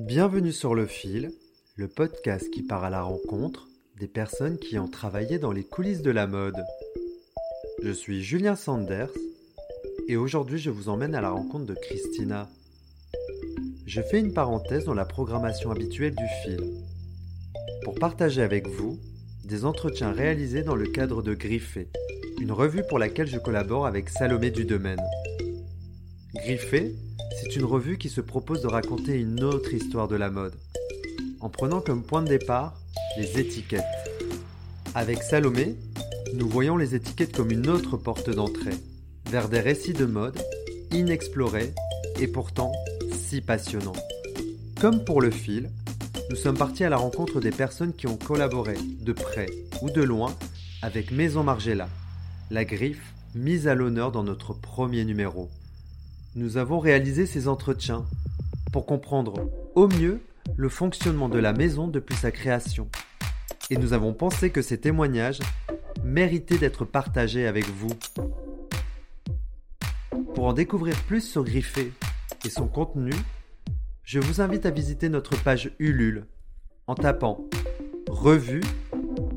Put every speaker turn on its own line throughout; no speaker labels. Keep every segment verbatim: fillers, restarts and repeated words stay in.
Bienvenue sur Le Fil, le podcast qui part à la rencontre des personnes qui ont travaillé dans les coulisses de la mode. Je suis Julien Sanders et aujourd'hui je vous emmène à la rencontre de Christina. Je fais une parenthèse dans la programmation habituelle du Fil pour partager avec vous des entretiens réalisés dans le cadre de Griffé, une revue pour laquelle je collabore avec Salomé Dudemaine. Griffé, c'est une revue qui se propose de raconter une autre histoire de la mode, en prenant comme point de départ les étiquettes. Avec Salomé, nous voyons les étiquettes comme une autre porte d'entrée, vers des récits de mode inexplorés et pourtant si passionnants. Comme pour Le Fil, nous sommes partis à la rencontre des personnes qui ont collaboré, de près ou de loin, avec Maison Margiela, la griffe mise à l'honneur dans notre premier numéro. Nous avons réalisé ces entretiens pour comprendre au mieux le fonctionnement de la maison depuis sa création. Et nous avons pensé que ces témoignages méritaient d'être partagés avec vous. Pour en découvrir plus sur Griffé et son contenu, je vous invite à visiter notre page Ulule en tapant « Revue Griffé »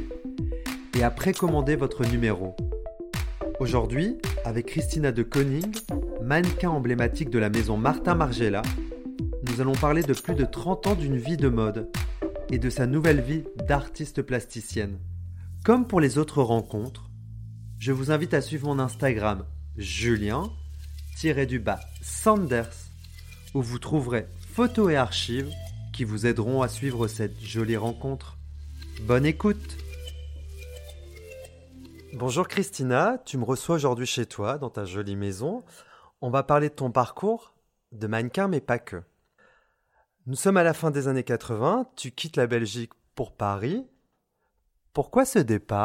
et à précommander votre numéro. Aujourd'hui, avec Christina de Koning, mannequin emblématique de la maison Martin Margiela, nous allons parler de plus de trente ans d'une vie de mode et de sa nouvelle vie d'artiste plasticienne. Comme pour les autres rencontres, je vous invite à suivre mon Instagram Julien-Sanders où vous trouverez photos et archives qui vous aideront à suivre cette jolie rencontre. Bonne écoute! Bonjour Christina, tu me reçois aujourd'hui chez toi, dans ta jolie maison. On va parler de ton parcours, de mannequin, mais pas que. Nous sommes à la fin des années quatre-vingts, tu quittes la Belgique pour Paris. Pourquoi ce départ ?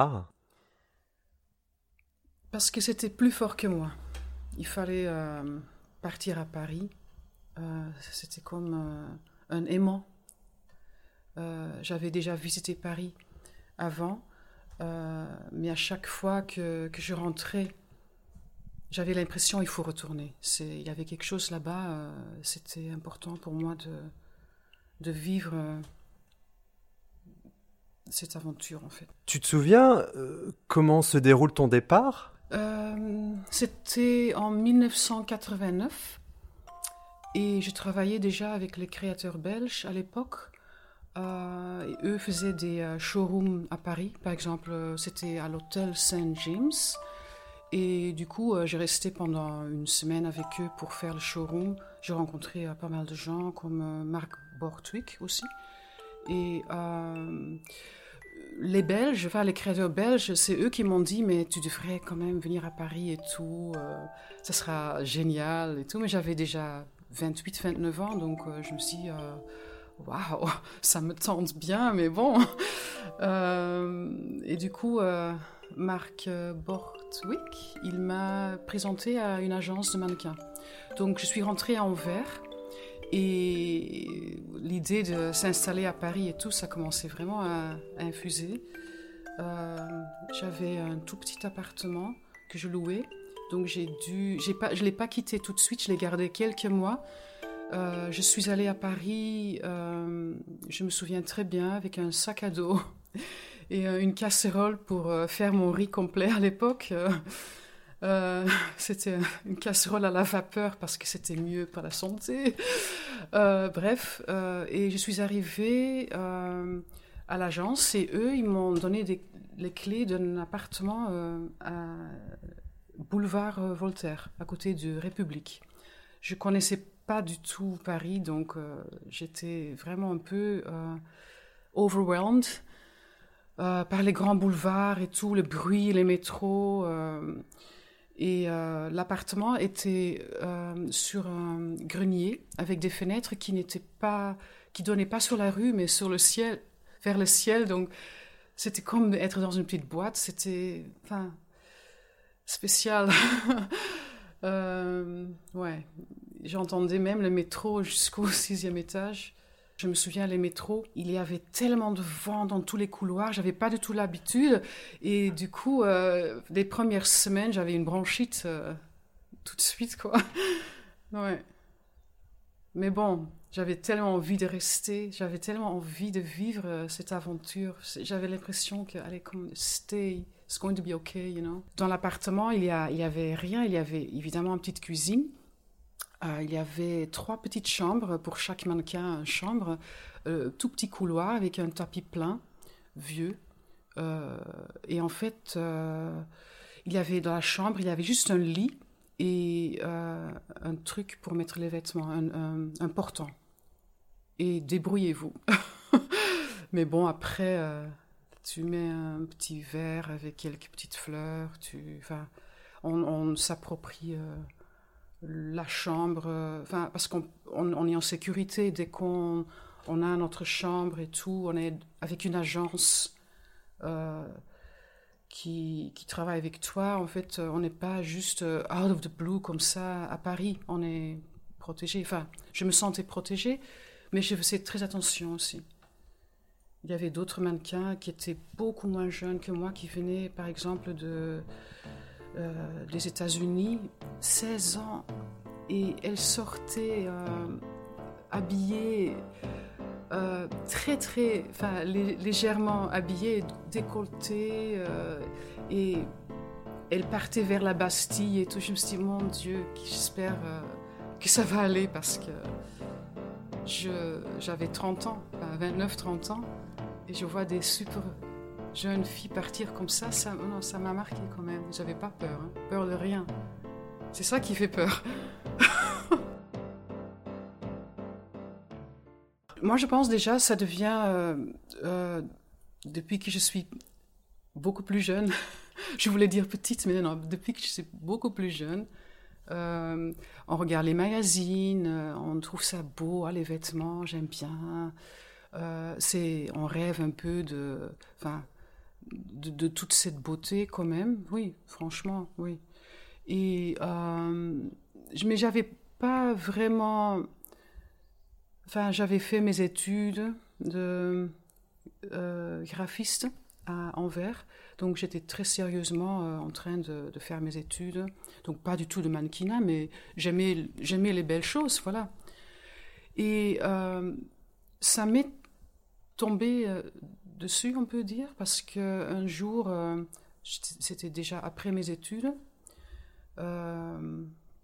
Parce que c'était plus fort que moi. Il fallait euh, partir à Paris. Euh, c'était comme euh, un aimant. Euh, j'avais déjà visité Paris avant. Euh, mais à chaque fois que, que je rentrais, j'avais l'impression qu'il faut retourner. C'est, il y avait quelque chose là-bas, euh, c'était important pour moi de, de vivre euh, cette aventure en fait.
Tu te souviens euh, comment se déroule ton départ ?
euh, C'était en dix-neuf cent quatre-vingt-neuf et je travaillais déjà avec les créateurs belges à l'époque. Euh, et eux faisaient des euh, showrooms à Paris, par exemple, euh, c'était à l'hôtel Saint James. Et du coup, euh, j'ai resté pendant une semaine avec eux pour faire le showroom. J'ai rencontré euh, pas mal de gens, comme euh, Marc Bortwick aussi. Et euh, les Belges, enfin les créateurs belges, c'est eux qui m'ont dit « mais tu devrais quand même venir à Paris et tout, euh, ça sera génial et tout ». Mais j'avais déjà vingt-huit, vingt-neuf ans, donc euh, je me suis dit euh, « waouh, ça me tente bien, mais bon euh, ». Et du coup, euh, Marc Bortwick, il m'a présenté à une agence de mannequins. Donc je suis rentrée à Anvers et l'idée de s'installer à Paris et tout, ça commençait vraiment à, à infuser. Euh, j'avais un tout petit appartement que je louais, donc j'ai dû, j'ai pas, je ne l'ai pas quitté tout de suite, je l'ai gardé quelques mois. Euh, je suis allée à Paris, euh, je me souviens très bien, avec un sac à dos et euh, une casserole pour euh, faire mon riz complet à l'époque. Euh, euh, c'était une casserole à la vapeur parce que c'était mieux pour la santé. Euh, bref, euh, et je suis arrivée euh, à l'agence et eux, ils m'ont donné des, les clés d'un appartement euh, à boulevard euh, Voltaire, à côté de République. Je connaissais pas du tout Paris, donc euh, j'étais vraiment un peu euh, overwhelmed euh, par les grands boulevards et tout, le bruit, les métros. Euh, et euh, l'appartement était euh, sur un grenier avec des fenêtres qui n'étaient pas, qui donnaient pas sur la rue, mais sur le ciel, vers le ciel. Donc c'était comme être dans une petite boîte. C'était, enfin, spécial. euh, ouais. J'entendais même le métro jusqu'au sixième étage. Je me souviens, les métros, il y avait tellement de vent dans tous les couloirs, j'avais pas du tout l'habitude. Et du coup, euh, les premières semaines, j'avais une bronchite euh, tout de suite, quoi. Ouais. Mais bon, j'avais tellement envie de rester, j'avais tellement envie de vivre euh, cette aventure. J'avais l'impression que, allez, comme, stay, it's going to be okay, you know. Dans l'appartement, il y, a, il y avait rien. Il y avait évidemment une petite cuisine. Euh, il y avait trois petites chambres, pour chaque mannequin, une chambre. Euh, tout petit couloir avec un tapis plein, vieux. Euh, et en fait, euh, il y avait dans la chambre, il y avait juste un lit et euh, un truc pour mettre les vêtements, un, un, un portant. Et débrouillez-vous. Mais bon, après, euh, tu mets un petit verre avec quelques petites fleurs. Tu, enfin, on, on s'approprie euh, la chambre, euh, enfin, parce qu'on on, on est en sécurité dès qu'on on a notre chambre et tout. On est avec une agence euh, qui, qui travaille avec toi. En fait, on n'est pas juste euh, out of the blue comme ça à Paris. On est protégé. Enfin, je me sentais protégée, mais je faisais très attention aussi. Il y avait d'autres mannequins qui étaient beaucoup moins jeunes que moi, qui venaient par exemple de, euh, des États-Unis, seize ans, et elles sortaient euh, habillées, euh, très très, enfin lé- légèrement habillées, décolletées, euh, et elles partaient vers la Bastille et tout. Je me suis dit, mon Dieu, j'espère euh, que ça va aller, parce que je, j'avais trente ans, enfin vingt-neuf trente ans. Et je vois des super jeunes filles partir comme ça, ça, non, ça m'a marqué quand même. J'avais pas peur, hein. Peur de rien. C'est ça qui fait peur. Moi, je pense déjà, ça devient, euh, euh, depuis que je suis beaucoup plus jeune, je voulais dire petite, mais non, depuis que je suis beaucoup plus jeune, euh, on regarde les magazines, on trouve ça beau, ah, les vêtements, j'aime bien. Euh, c'est, on rêve un peu de, enfin, de, de toute cette beauté quand même. Oui, franchement, oui. Et euh, mais j'avais pas vraiment, enfin, j'avais fait mes études de euh, graphiste à Anvers, donc j'étais très sérieusement euh, en train de, de faire mes études. Donc pas du tout de mannequinat, mais j'aimais, j'aimais les belles choses, voilà. Et euh, ça m'est tombé euh, dessus, on peut dire, parce qu'un jour, euh, c'était déjà après mes études, euh,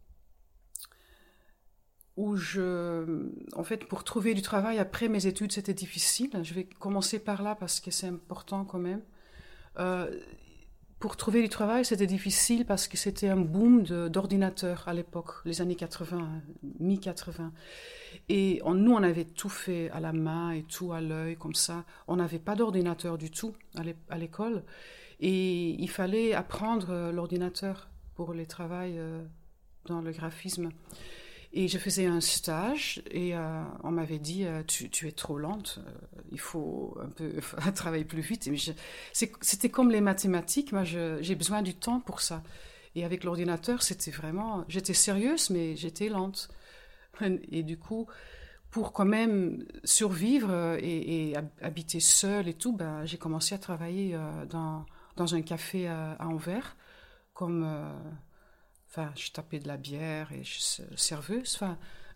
où je... En fait, pour trouver du travail après mes études, c'était difficile. Je vais commencer par là parce que c'est important quand même. Euh, Pour trouver du travail, c'était difficile parce que c'était un boom de, d'ordinateurs à l'époque, les années quatre-vingts, mi-quatre-vingts. Et on, nous, on avait tout fait à la main et tout à l'œil, comme ça. On n'avait pas d'ordinateur du tout à l'école. Et il fallait apprendre l'ordinateur pour les travails dans le graphisme. Et je faisais un stage et euh, on m'avait dit euh, tu, tu es trop lente, euh, il faut un peu travailler plus vite. Et je, c'était comme les mathématiques, moi je, j'ai besoin du temps pour ça. Et avec l'ordinateur, c'était vraiment... J'étais sérieuse, mais j'étais lente. Et du coup, pour quand même survivre et, et habiter seule et tout, ben, j'ai commencé à travailler euh, dans, dans un café à, à Anvers, comme... Euh, Enfin, je tapais de la bière et je suis serveuse. Enfin,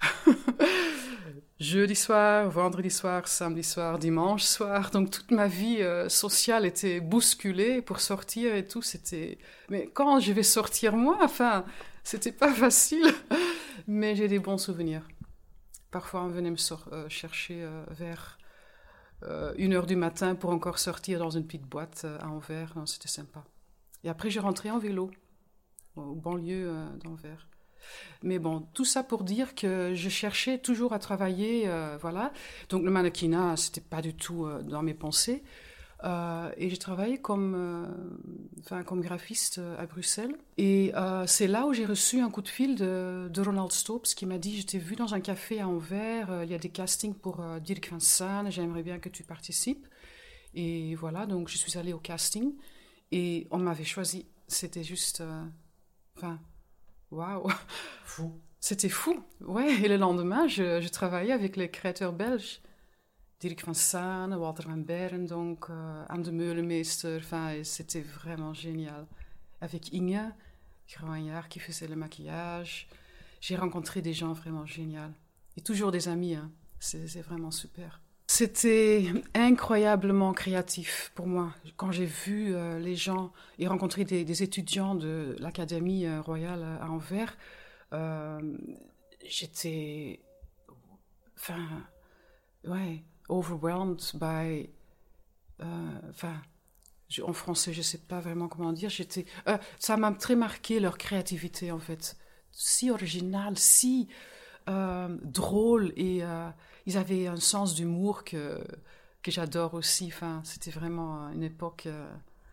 jeudi soir, vendredi soir, samedi soir, dimanche soir. Donc toute ma vie euh, sociale était bousculée pour sortir et tout. C'était... Mais quand je vais sortir moi, enfin, c'était pas facile. Mais j'ai des bons souvenirs. Parfois, on venait me sor- euh, chercher euh, vers euh, une heure du matin pour encore sortir dans une petite boîte euh, à Anvers. Non, c'était sympa. Et après, j'ai rentré en vélo. Au banlieue euh, d'Anvers. Mais bon, tout ça pour dire que je cherchais toujours à travailler, euh, voilà. Donc le mannequinat, c'était pas du tout euh, dans mes pensées. Euh, et j'ai travaillé comme, euh, enfin, comme graphiste euh, à Bruxelles. Et euh, c'est là où j'ai reçu un coup de fil de, de Ronald Stoops qui m'a dit, je t'ai vu dans un café à Anvers, euh, il y a des castings pour euh, Dirk van Saan, j'aimerais bien que tu participes. Et voilà, donc je suis allée au casting et on m'avait choisi. C'était juste... Euh, Enfin, waouh!
Fou.
C'était fou, ouais. Et le lendemain, je, je travaillais avec les créateurs belges. Dirk van Saan, Walter van Beeren, donc, euh, Anne de Meulemeester. Enfin, c'était vraiment génial. Avec Inge Groenjaar qui faisait le maquillage. J'ai rencontré des gens vraiment géniaux. et toujours des amis. Hein. C'est, c'est vraiment super. C'était incroyablement créatif pour moi. Quand j'ai vu euh, les gens et rencontré des, des étudiants de l'Académie euh, royale à Anvers, euh, j'étais, enfin, ouais, overwhelmed by, enfin, euh, en français, je ne sais pas vraiment comment dire. J'étais, euh, ça m'a très marqué leur créativité en fait, si originale, si euh, drôle et euh, ils avaient un sens d'humour que, que j'adore aussi. Enfin, c'était vraiment une époque euh,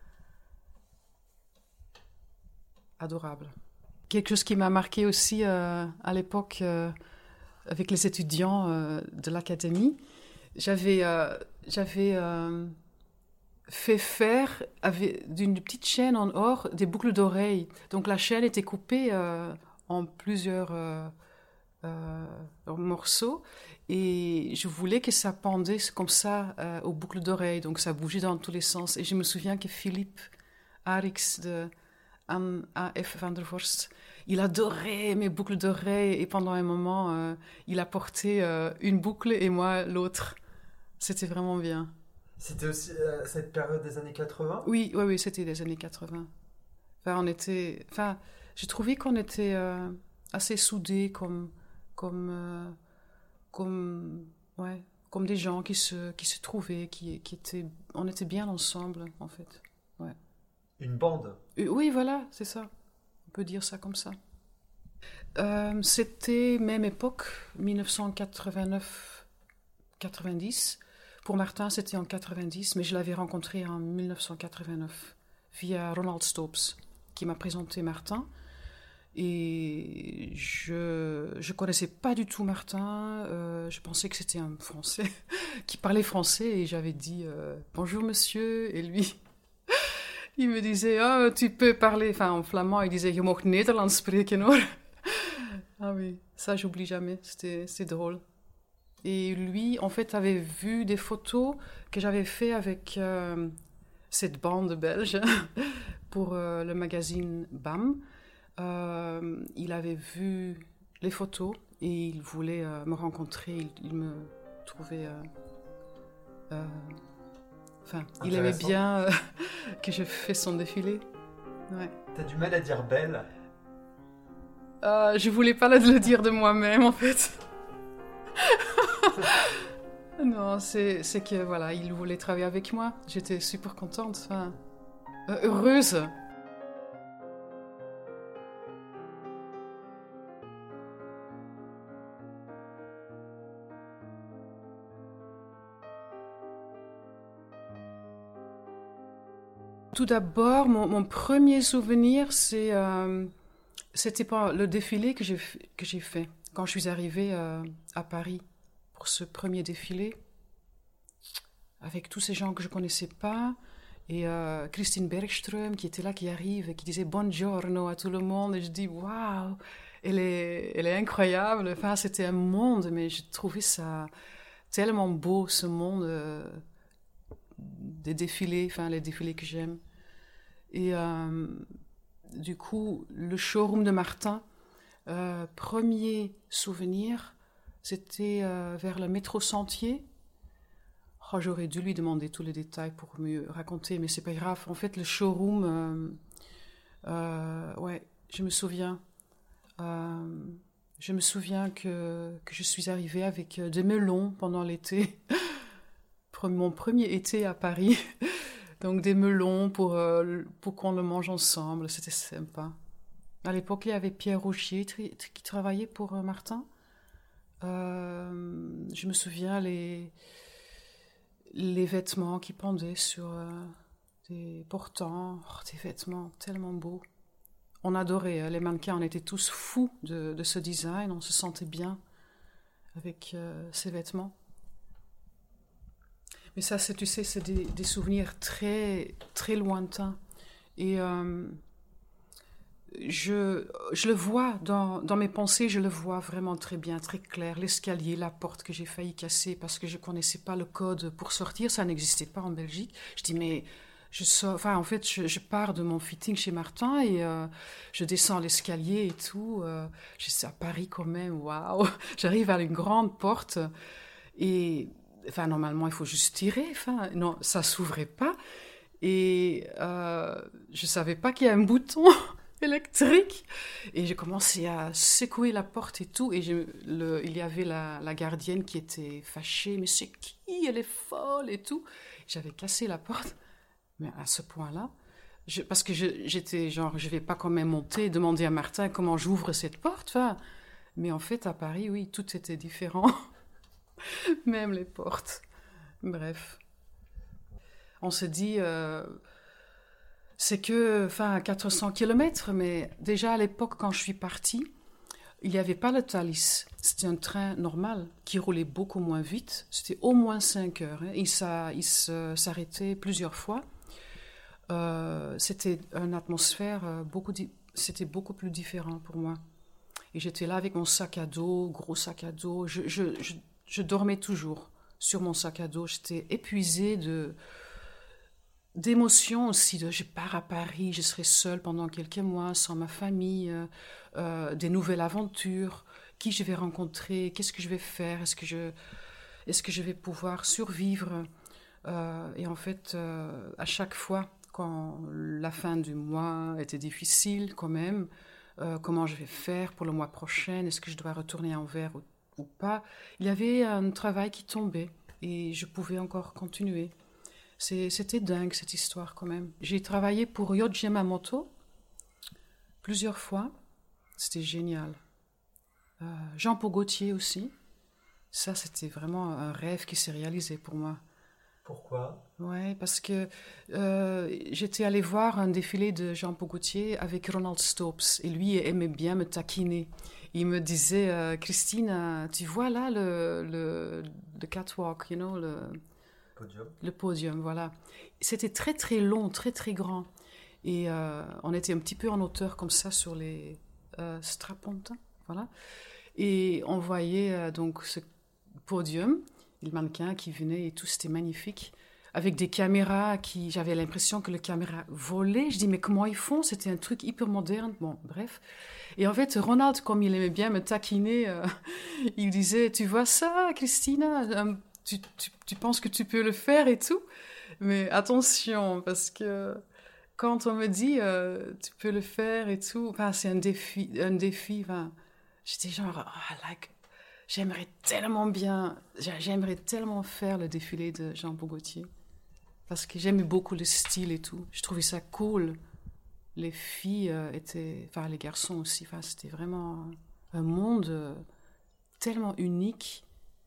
adorable. Quelque chose qui m'a marqué aussi euh, à l'époque euh, avec les étudiants euh, de l'académie, j'avais, euh, j'avais euh, fait faire avec, d'une petite chaîne en or des boucles d'oreilles. Donc la chaîne était coupée euh, en plusieurs euh, euh, morceaux et je voulais que ça pendait comme ça euh, aux boucles d'oreilles, donc ça bougeait dans tous les sens. Et je me souviens que Philippe Arix de A F van der Vorst, il adorait mes boucles d'oreilles et pendant un moment, euh, il a porté euh, une boucle et moi l'autre. C'était vraiment bien.
C'était aussi euh, cette période des années quatre-vingts ?
Oui, oui, oui, c'était des années quatre-vingts. Enfin, on était, enfin, j'ai trouvé qu'on était euh, assez soudés comme, comme, euh, comme, ouais, comme des gens qui se, qui se trouvaient, qui, qui étaient, on était bien ensemble en fait. Ouais.
Une bande ?
Euh, oui, voilà, c'est ça. On peut dire ça comme ça. Euh, c'était même époque, dix-neuf cent quatre-vingt-neuf quatre-vingt-dix. Pour Martin, c'était en quatre-vingt-dix, mais je l'avais rencontré en dix-neuf cent quatre-vingt-neuf via Ronald Stopes, qui m'a présenté Martin. Et je ne connaissais pas du tout Martin. Euh, je pensais que c'était un Français qui parlait français et j'avais dit euh, « Bonjour monsieur » et lui... Il me disait, oh, tu peux parler, enfin en flamand, il disait, je mag Nederlands spreken hoor. Ah oui, ça j'oublie jamais, c'était, c'était drôle. Et lui, en fait, avait vu des photos que j'avais fait avec euh, cette bande belge pour euh, le magazine B A M. Euh, il avait vu les photos et il voulait euh, me rencontrer, il, il me trouvait... Euh, euh, Enfin, il aimait bien euh, que je fasse son défilé. Ouais.
T'as du mal à dire belle ?
euh, Je voulais pas le dire de moi-même, en fait. Non, c'est, c'est que, voilà, il voulait travailler avec moi. J'étais super contente, enfin, euh, heureuse. Tout d'abord, mon, mon premier souvenir, c'est, euh, c'était pas le défilé que j'ai, que j'ai fait quand je suis arrivée euh, à Paris pour ce premier défilé, avec tous ces gens que je connaissais pas, et euh, Christine Bergström qui était là, qui arrive et qui disait buongiorno à tout le monde, et je dis waouh, elle est, elle est incroyable. Enfin, c'était un monde, mais j'ai trouvé ça tellement beau, ce monde. Euh, des défilés, enfin les défilés que j'aime. Et euh, du coup, le showroom de Martin, euh, premier souvenir, c'était euh, vers le métro Sentier. Oh, j'aurais dû lui demander tous les détails pour mieux raconter, mais c'est pas grave. En fait, le showroom, euh, euh, ouais, je me souviens. Euh, je me souviens que, que je suis arrivée avec des melons pendant l'été. Mon premier été à Paris, donc des melons pour, euh, pour qu'on le mange ensemble, c'était sympa. À l'époque, il y avait Pierre Rochier qui, qui travaillait pour euh, Martin. Euh, je me souviens les, les vêtements qui pendaient sur euh, des portants, oh, des vêtements tellement beaux. On adorait, hein, les mannequins, on était tous fous de, de ce design, on se sentait bien avec euh, ces vêtements. Mais ça, c'est, tu sais, c'est des, des souvenirs très, très lointains. Et euh, je, je le vois dans, dans mes pensées, je le vois vraiment très bien, très clair. L'escalier, la porte que j'ai failli casser parce que je ne connaissais pas le code pour sortir, ça n'existait pas en Belgique. Je dis, mais je sors, enfin, en fait, je, je pars de mon fitting chez Martin et euh, je descends l'escalier et tout. Euh, je suis à Paris quand même, waouh! J'arrive à une grande porte et, enfin, normalement, il faut juste tirer. Enfin, non, ça s'ouvrait pas. Et euh, je savais pas qu'il y a un bouton électrique. Et j'ai commencé à secouer la porte et tout. Et je, le, il y avait la, la gardienne qui était fâchée. Mais c'est qui? Elle est folle et tout. J'avais cassé la porte. Mais à ce point-là, je, parce que je, j'étais genre, je vais pas quand même monter et demander à Martin comment j'ouvre cette porte. Enfin, mais en fait, à Paris, oui, tout était différent. Même les portes. Bref. On se dit, euh, c'est que, enfin, quatre cents kilomètres, mais déjà à l'époque, quand je suis partie, il n'y avait pas le Thalys. C'était un train normal qui roulait beaucoup moins vite. C'était au moins cinq heures. Hein. Il, ça, il se, s'arrêtait plusieurs fois. Euh, c'était une atmosphère, euh, beaucoup di- c'était beaucoup plus différent pour moi. Et j'étais là avec mon sac à dos, gros sac à dos. Je, je, je, je dormais toujours sur mon sac à dos. J'étais épuisée de... d'émotions aussi, de je pars à Paris, je serai seule pendant quelques mois, sans ma famille, euh, euh, des nouvelles aventures, qui je vais rencontrer, qu'est-ce que je vais faire, est-ce que je, est-ce que je vais pouvoir survivre. Euh, et en fait, euh, à chaque fois, quand la fin du mois était difficile quand même, euh, comment je vais faire pour le mois prochain, est-ce que je dois retourner à Anvers ou, ou pas, il y avait un travail qui tombait et je pouvais encore continuer. C'est, c'était dingue cette histoire quand même. J'ai travaillé pour Yohji Yamamoto plusieurs fois. C'était génial. Euh, Jean-Paul Gaultier aussi. Ça, c'était vraiment un rêve qui s'est réalisé pour moi.
Pourquoi?
Ouais, parce que euh, j'étais allée voir un défilé de Jean-Paul Gaultier avec Ronald Stopes. Et lui aimait bien me taquiner. Il me disait, euh, Christine, euh, tu vois là le, le, le catwalk, you know, le...
Podium.
Le podium, voilà. C'était très très long, très très grand. Et euh, on était un petit peu en hauteur comme ça sur les euh, strapontins, voilà. Et on voyait euh, donc ce podium, le mannequin qui venait et tout, c'était magnifique. Avec des caméras qui... J'avais l'impression que les caméras volaient. Je dis, mais comment ils font? C'était un truc hyper moderne. Bon, bref. Et en fait, Ronald, comme il aimait bien me taquiner, euh, il disait, tu vois ça, Christina? Un Tu, tu, tu penses que tu peux le faire et tout, mais attention, parce que quand on me dit euh, tu peux le faire et tout, enfin, c'est un défi, un défi. Enfin, j'étais genre, oh, like, j'aimerais tellement bien, j'aimerais tellement faire le défilé de Jean-Paul Gaultier, parce que j'aimais beaucoup le style et tout. Je trouvais ça cool. Les filles euh, étaient, enfin, les garçons aussi. Enfin, c'était vraiment un monde euh, tellement unique.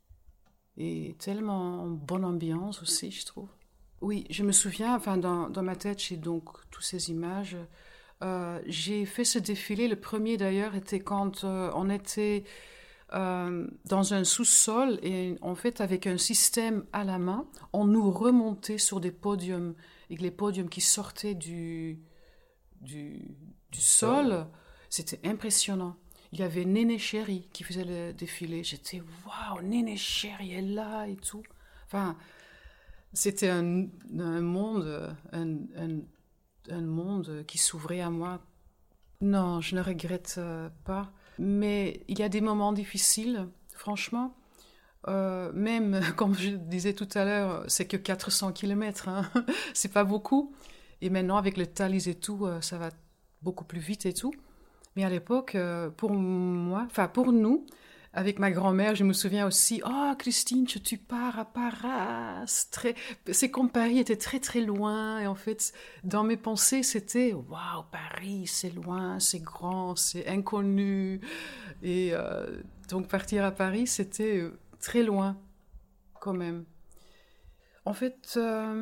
Et tellement en bonne ambiance aussi, je trouve. Oui, je me souviens, enfin, dans, dans ma tête, j'ai donc toutes ces images. Euh, j'ai fait ce défilé, le premier d'ailleurs, était quand euh, on était euh, dans un sous-sol et en fait, avec un système à la main, on nous remontait sur des podiums. Et les podiums qui sortaient du, du, du sol, c'était impressionnant. Il y avait Néné Chéri qui faisait le défilé. J'étais, waouh, Néné Chéri est là et tout. Enfin, c'était un, un monde, un, un, un monde qui s'ouvrait à moi. Non, je ne regrette euh, pas. Mais il y a des moments difficiles, franchement. Euh, même, comme je disais tout à l'heure, c'est que quatre cents kilomètres. Hein. C'est pas beaucoup. Et maintenant, avec le Thalys et tout, euh, ça va beaucoup plus vite et tout. Mais à l'époque, euh, pour moi, enfin pour nous, avec ma grand-mère, je me souviens aussi, oh Christine, tu, tu pars à Paris. Très... C'est comme Paris était très très loin. Et en fait, dans mes pensées, c'était, waouh, Paris, c'est loin, c'est grand, c'est inconnu. Et euh, donc partir à Paris, c'était très loin quand même. En fait, euh,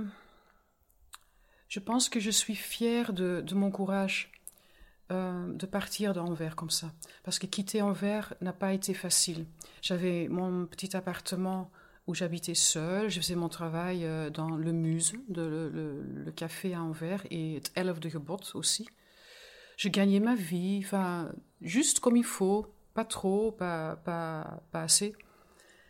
je pense que je suis fière de, de mon courage. Euh, de partir d'Anvers comme ça. Parce que quitter Anvers n'a pas été facile. J'avais mon petit appartement où j'habitais seule. Je faisais mon travail euh, dans le Muse, de, le, le, le café à Anvers, et het Elfde Gebod aussi. Je gagnais ma vie, enfin, juste comme il faut, pas trop, pas, pas, pas assez.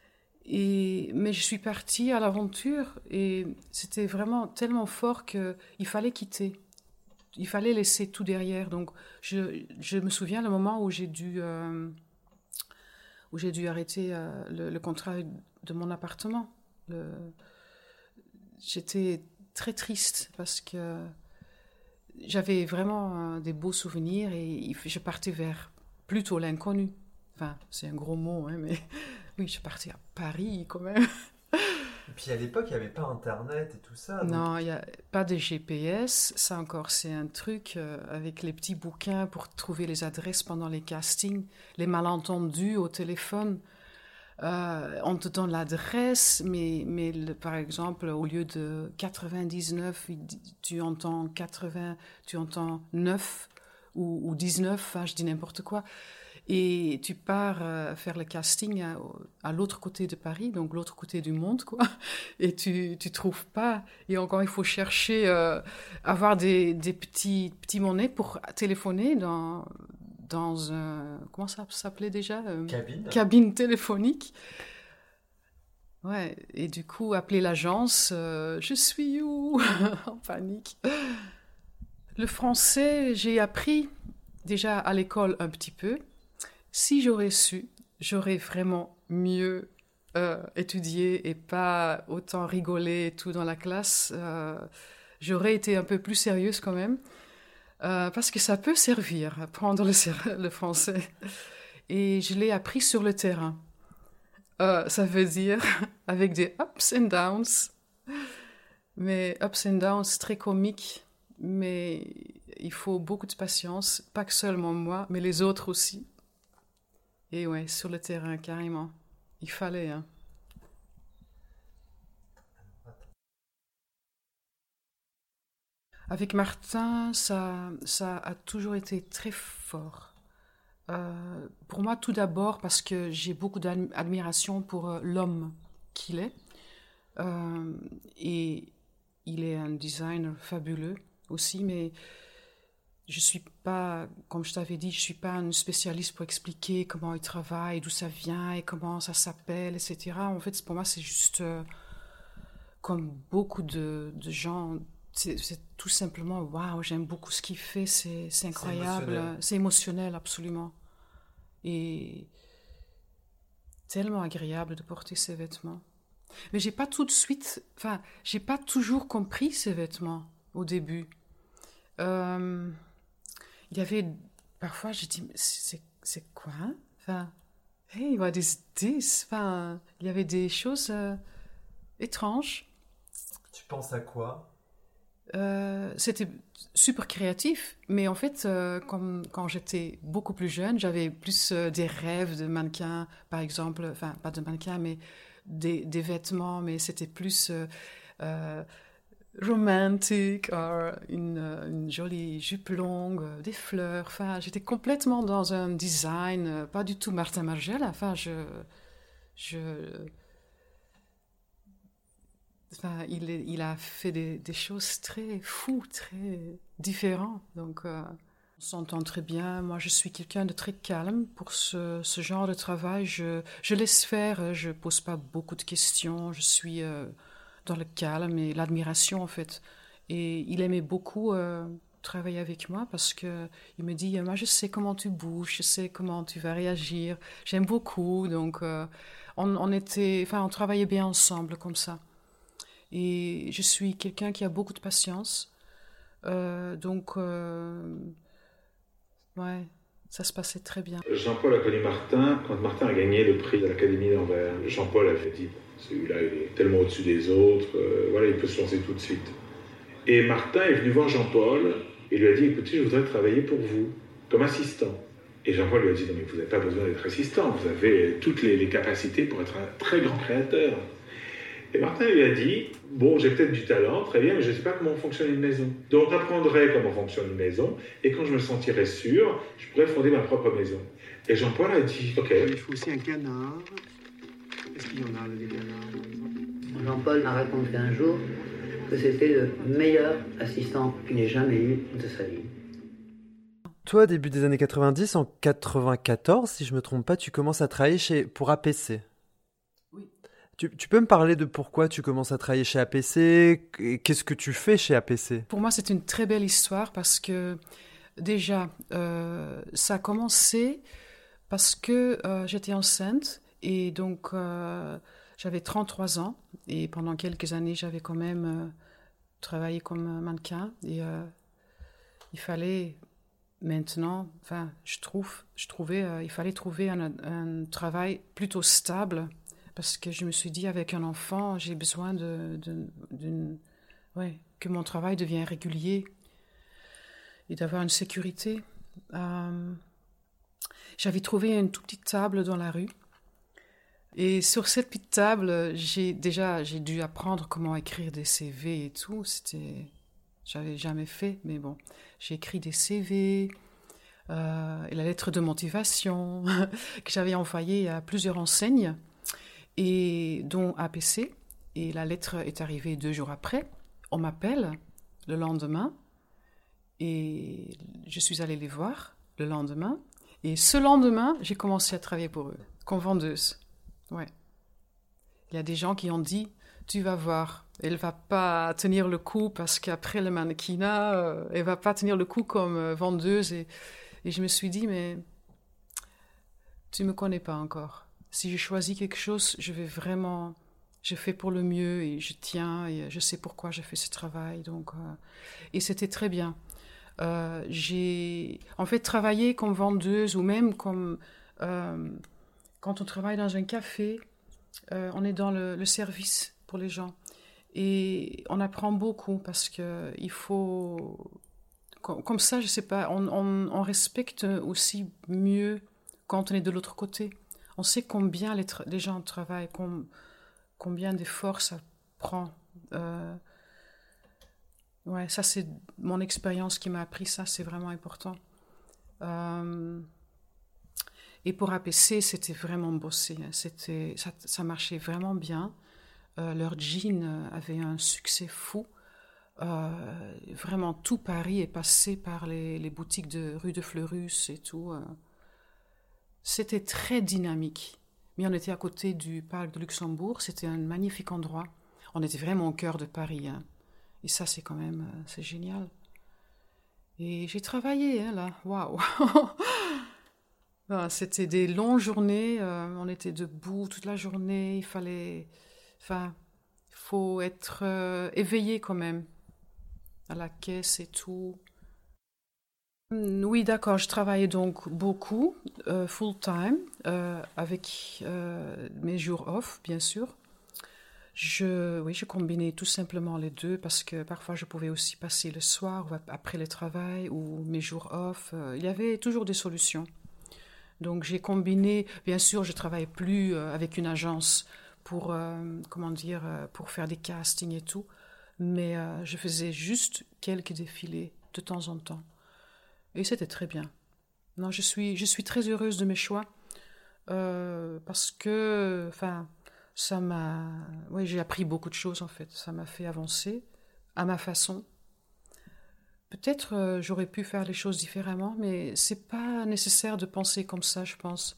Et, mais je suis partie à l'aventure et c'était vraiment tellement fort qu'il fallait quitter. Il fallait laisser tout derrière. Donc, je, je me souviens le moment où j'ai dû, euh, où j'ai dû arrêter euh, le, le contrat de mon appartement. Le, j'étais très triste parce que j'avais vraiment euh, des beaux souvenirs et je partais vers plutôt l'inconnu. Enfin, c'est un gros mot, hein, mais oui, je partais à Paris quand même.
Et puis à l'époque, il n'y avait pas Internet et tout ça. Donc...
Non, il n'y a pas de G P S. Ça encore, c'est un truc euh, avec les petits bouquins pour trouver les adresses pendant les castings, les malentendus au téléphone. Euh, on te donne l'adresse, mais, mais le, par exemple, au lieu de quatre-vingt-dix-neuf, tu entends quatre-vingts, tu entends neuf ou, ou dix-neuf, enfin, je dis n'importe quoi. Et tu pars euh, faire le casting à, à l'autre côté de Paris, donc l'autre côté du monde, quoi. Et tu tu trouves pas. Et encore, il faut chercher, euh, avoir des, des petits, petits monnaies pour téléphoner dans, dans un... Comment ça s'appelait déjà? Euh,
Cabine.
Cabine téléphonique. Ouais, et du coup, appeler l'agence, euh, je suis où? En panique. Le français, j'ai appris déjà à l'école un petit peu. Si j'aurais su, j'aurais vraiment mieux euh, étudié et pas autant rigolé et tout dans la classe. Euh, j'aurais été un peu plus sérieuse quand même, euh, parce que ça peut servir, apprendre le, le français. Et je l'ai appris sur le terrain. Euh, ça veut dire avec des ups and downs, mais ups and downs très comiques, mais il faut beaucoup de patience, pas que seulement moi, mais les autres aussi. Et ouais, sur le terrain, carrément. Il fallait, hein. Avec Martin, ça, ça a toujours été très fort. Euh, pour moi, tout d'abord, parce que j'ai beaucoup d'admiration pour euh, l'homme qu'il est. Euh, et il est un designer fabuleux aussi, mais je suis pas, comme je t'avais dit, je suis pas une spécialiste pour expliquer comment il travaille, d'où ça vient et comment ça s'appelle, et cetera. En fait, pour moi, c'est juste euh, comme beaucoup de, de gens, c'est, c'est tout simplement, waouh, j'aime beaucoup ce qu'il fait, c'est, c'est incroyable, c'est émotionnel. c'est émotionnel, absolument. Et tellement agréable de porter ces vêtements. Mais j'ai pas tout de suite, enfin, j'ai pas toujours compris ces vêtements au début. Euh, Il y avait, parfois, je dis, c'est, c'est quoi? Enfin, hey, what is this? Enfin, il y avait des choses euh, étranges.
Tu penses à quoi?
Euh, c'était super créatif, mais en fait, euh, comme, quand j'étais beaucoup plus jeune, j'avais plus euh, des rêves de mannequin, par exemple, enfin, pas de mannequin, mais des, des vêtements, mais c'était plus euh, euh, romantique, ou une, une jolie jupe longue, des fleurs. Enfin, j'étais complètement dans un design, euh, pas du tout Martin Margiela. Enfin, je, je, enfin, il, est- il a fait des, des choses très fous, très différentes. Donc, euh, on s'entend très bien. Moi, je suis quelqu'un de très calme pour ce, ce genre de travail. Je, je laisse faire, je pose pas beaucoup de questions. Je suis euh, dans le calme et l'admiration, en fait. Et il aimait beaucoup euh, travailler avec moi parce que il me dit, moi, je sais comment tu bouges, je sais comment tu vas réagir. J'aime beaucoup. Donc, euh, on, on était, enfin, on travaillait bien ensemble comme ça. Et je suis quelqu'un qui a beaucoup de patience. Euh, donc, euh, ouais, ça se passait très bien.
Jean-Paul a connu Martin quand Martin a gagné le prix de l'Académie d'Anvers. Jean-Paul avait dit, celui-là, il est tellement au-dessus des autres, euh, voilà, il peut se lancer tout de suite. Et Martin est venu voir Jean-Paul et lui a dit, écoutez, je voudrais travailler pour vous, comme assistant. Et Jean-Paul lui a dit, non mais vous n'avez pas besoin d'être assistant, vous avez toutes les, les capacités pour être un très grand créateur. Et Martin lui a dit, bon, j'ai peut-être du talent, très bien, mais je ne sais pas comment fonctionne une maison. Donc j'apprendrai comment fonctionne une maison, et quand je me sentirai sûr, je pourrai fonder ma propre maison. Et Jean-Paul a dit, ok.
Il faut aussi un canard. Est-ce qu'il y en a des canards, par exemple?
Jean-Paul m'a raconté un jour que c'était le meilleur assistant qu'il ait jamais eu de sa vie.
Toi, début des années quatre-vingt-dix, en quatre-vingt-quatorze, si je me trompe pas, tu commences à travailler chez, pour A P C.
Oui.
Tu, tu peux me parler de pourquoi tu commences à travailler chez A P C? Et qu'est-ce que tu fais chez A P C?
Pour moi, c'est une très belle histoire parce que déjà, euh, ça a commencé parce que euh, j'étais enceinte et donc euh, j'avais trente-trois ans et pendant quelques années, j'avais quand même euh, travaillé comme mannequin et euh, il fallait maintenant, enfin, je trouve, je trouvais, euh, il fallait trouver un, un travail plutôt stable. Parce que je me suis dit, avec un enfant, j'ai besoin de, de, d'une, ouais, que mon travail devienne régulier et d'avoir une sécurité. Euh, j'avais trouvé une toute petite table dans la rue. Et sur cette petite table, j'ai déjà j'ai dû apprendre comment écrire des C V et tout. C'était, j'avais jamais fait, mais bon, j'ai écrit des C V euh, et la lettre de motivation que j'avais envoyée à plusieurs enseignes. Et dont A P C, et la lettre est arrivée deux jours après. On m'appelle le lendemain, et je suis allée les voir le lendemain, et ce lendemain, j'ai commencé à travailler pour eux, comme vendeuse. Ouais. Il y a des gens qui ont dit, tu vas voir, elle va pas tenir le coup, parce qu'après le mannequinat, euh, elle va pas tenir le coup comme euh, vendeuse, et, et je me suis dit, mais tu me connais pas encore. Si je choisis quelque chose, je vais vraiment, je fais pour le mieux et je tiens et je sais pourquoi je fais ce travail. Donc, euh, et c'était très bien. Euh, j'ai en fait travaillé comme vendeuse ou même comme euh, quand on travaille dans un café, euh, on est dans le, le service pour les gens et on apprend beaucoup parce que il faut, comme, comme ça, je sais pas, on, on, on respecte aussi mieux quand on est de l'autre côté. On sait combien les, tra- les gens travaillent, com- combien d'efforts ça prend. Euh, ouais, ça c'est mon expérience qui m'a appris ça, c'est vraiment important. Euh, et pour A P C, c'était vraiment bossé, hein. C'était, ça, ça marchait vraiment bien. Euh, leur jean avait un succès fou. Euh, vraiment, tout Paris est passé par les, les boutiques de rue de Fleurus et tout. Euh. C'était très dynamique. Mais on était à côté du parc de Luxembourg. C'était un magnifique endroit. On était vraiment au cœur de Paris, hein. Et ça, c'est quand même, euh, c'est génial. Et j'ai travaillé, hein, là. Waouh. C'était des longues journées. Euh, on était debout toute la journée. Il fallait, enfin, il faut être euh, éveillé quand même à la caisse et tout. Oui, d'accord, je travaillais donc beaucoup, euh, full-time, euh, avec euh, mes jours off, bien sûr. Je, oui, je combinais tout simplement les deux parce que parfois je pouvais aussi passer le soir ou après le travail ou mes jours off. Euh, il y avait toujours des solutions. Donc j'ai combiné, bien sûr, je ne travaillais plus euh, avec une agence pour, euh, comment dire, euh, pour faire des castings et tout, mais euh, je faisais juste quelques défilés de temps en temps. Et c'était très bien. Non, je suis, je suis très heureuse de mes choix euh, parce que, enfin, ça m'a, oui, j'ai appris beaucoup de choses en fait. Ça m'a fait avancer à ma façon. Peut-être euh, j'aurais pu faire les choses différemment, mais c'est pas nécessaire de penser comme ça, je pense.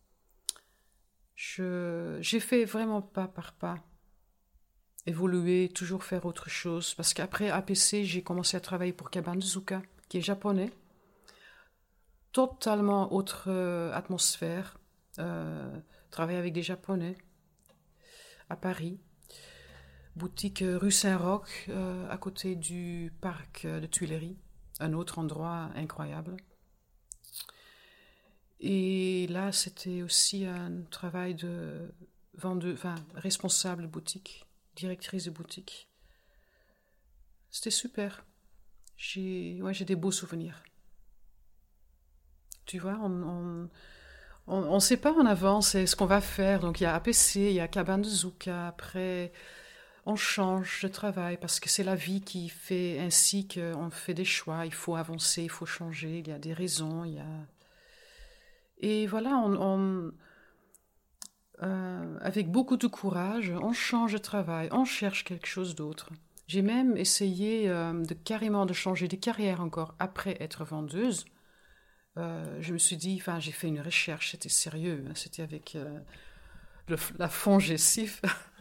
Je, j'ai fait vraiment pas par pas. Évoluer, toujours faire autre chose. Parce qu'après A P C, j'ai commencé à travailler pour Kabanzuka, qui est japonais. Totalement autre euh, atmosphère. Euh, travailler avec des Japonais à Paris. Boutique euh, rue Saint-Roch, euh, à côté du parc euh, de Tuileries. Un autre endroit incroyable. Et là, c'était aussi un travail de vendeuse, enfin, responsable de boutique, directrice de boutique. C'était super. J'ai, ouais, j'ai des beaux souvenirs. Tu vois, on on ne sait pas en avance ce qu'on va faire. Donc, il y a A P C, il y a Kabanzuka. Après, on change de travail parce que c'est la vie qui fait ainsi qu'on fait des choix. Il faut avancer, il faut changer. Il y a des raisons. Il y a... Et voilà, on, on, euh, avec beaucoup de courage, on change de travail. On cherche quelque chose d'autre. J'ai même essayé euh, de carrément de changer de carrière encore après être vendeuse. Euh, je me suis dit, enfin, j'ai fait une recherche, c'était sérieux, hein, c'était avec euh, le, la fongécif.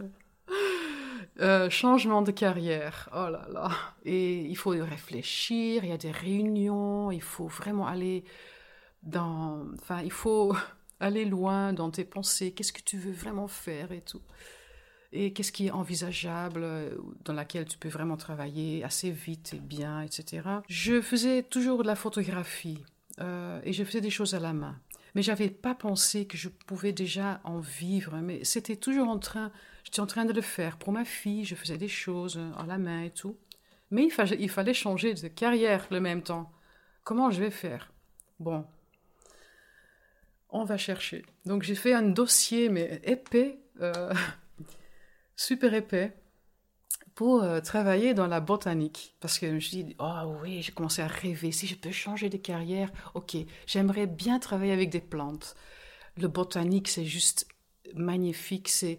euh, changement de carrière, oh là là. Et il faut réfléchir, il y a des réunions, il faut vraiment aller dans... Enfin, il faut aller loin dans tes pensées. Qu'est-ce que tu veux vraiment faire et tout. Et qu'est-ce qui est envisageable, dans laquelle tu peux vraiment travailler assez vite et bien, et cetera. Je faisais toujours de la photographie euh, et je faisais des choses à la main. Mais je n'avais pas pensé que je pouvais déjà en vivre. Mais c'était toujours en train, j'étais en train de le faire. Pour ma fille, je faisais des choses à la main et tout. Mais il fallait, il fallait changer de carrière le même temps. Comment je vais faire? Bon, on va chercher. Donc j'ai fait un dossier, mais épais, euh, super épais, pour euh, travailler dans la botanique. Parce que je me suis dit, oh oui, j'ai commencé à rêver. Si je peux changer de carrière, ok, j'aimerais bien travailler avec des plantes. Le botanique, c'est juste magnifique. C'est,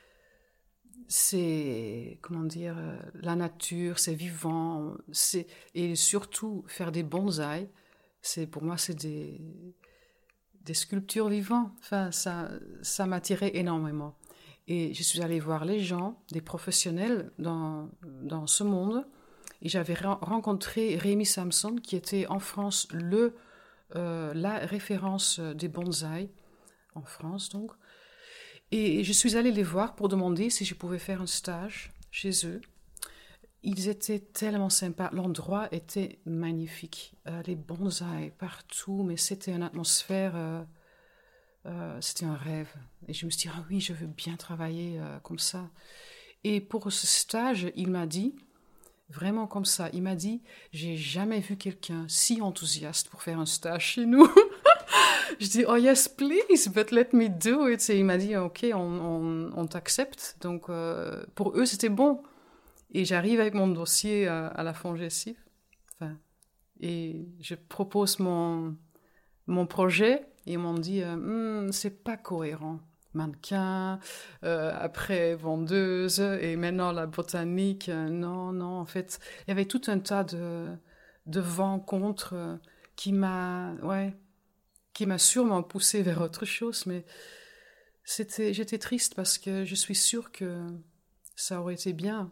c'est comment dire, euh, la nature, c'est vivant. C'est, et surtout, faire des bonsaïs, c'est, pour moi, c'est des, des sculptures vivantes. Enfin, ça, ça m'attirait énormément. Et je suis allée voir les gens, des professionnels dans, dans ce monde. Et j'avais re- rencontré Rémi Samson, qui était en France le, euh, la référence des bonsaïs, en France donc. Et je suis allée les voir pour demander si je pouvais faire un stage chez eux. Ils étaient tellement sympas, l'endroit était magnifique. Euh, les bonsaïs partout, mais c'était une atmosphère... Euh, Euh, c'était un rêve. Et je me suis dit, ah oui, je veux bien travailler euh, comme ça. Et pour ce stage, il m'a dit, vraiment comme ça, il m'a dit, j'ai jamais vu quelqu'un si enthousiaste pour faire un stage chez nous. Je dis, oh yes, please, but let me do it. Et il m'a dit, ok, on, on, on t'accepte. Donc, euh, pour eux, c'était bon. Et j'arrive avec mon dossier à, à la FONGECIF. Enfin, et je propose mon, mon projet. Et ils m'ont dit, euh, hm, c'est pas cohérent. Mannequin, euh, après vendeuse, et maintenant la botanique. Euh, non, non, en fait, il y avait tout un tas de, de vents contre euh, qui m'a, ouais, qui m'a sûrement poussé vers autre chose. Mais c'était, j'étais triste parce que je suis sûre que ça aurait été bien.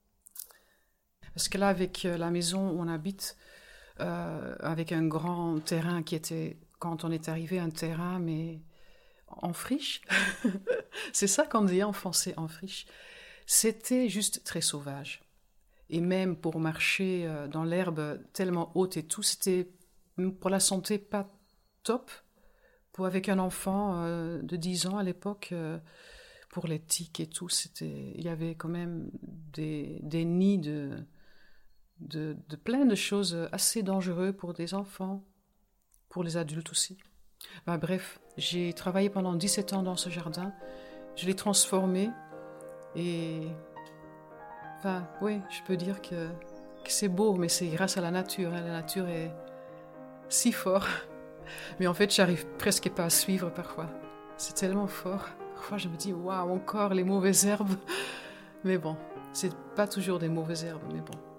Parce que là, avec la maison où on habite, euh, avec un grand terrain qui était... Quand on est arrivé, un terrain, mais en friche, c'est ça qu'on dit en français, en friche, c'était juste très sauvage. Et même pour marcher dans l'herbe tellement haute et tout, c'était pour la santé pas top. Pour, avec un enfant euh, de dix ans à l'époque, euh, pour les tiques et tout, c'était, il y avait quand même des, des nids de, de, de plein de choses assez dangereuses pour des enfants. Pour les adultes aussi. Ben, bref, j'ai travaillé pendant dix-sept ans dans ce jardin. Je l'ai transformé et... Enfin, oui, je peux dire que, que c'est beau, mais c'est grâce à la nature. Hein. La nature est si forte. Mais en fait, j'arrive presque pas à suivre parfois. C'est tellement fort. Parfois, je me dis, waouh, encore les mauvaises herbes. Mais bon, c'est pas toujours des mauvaises herbes, mais bon.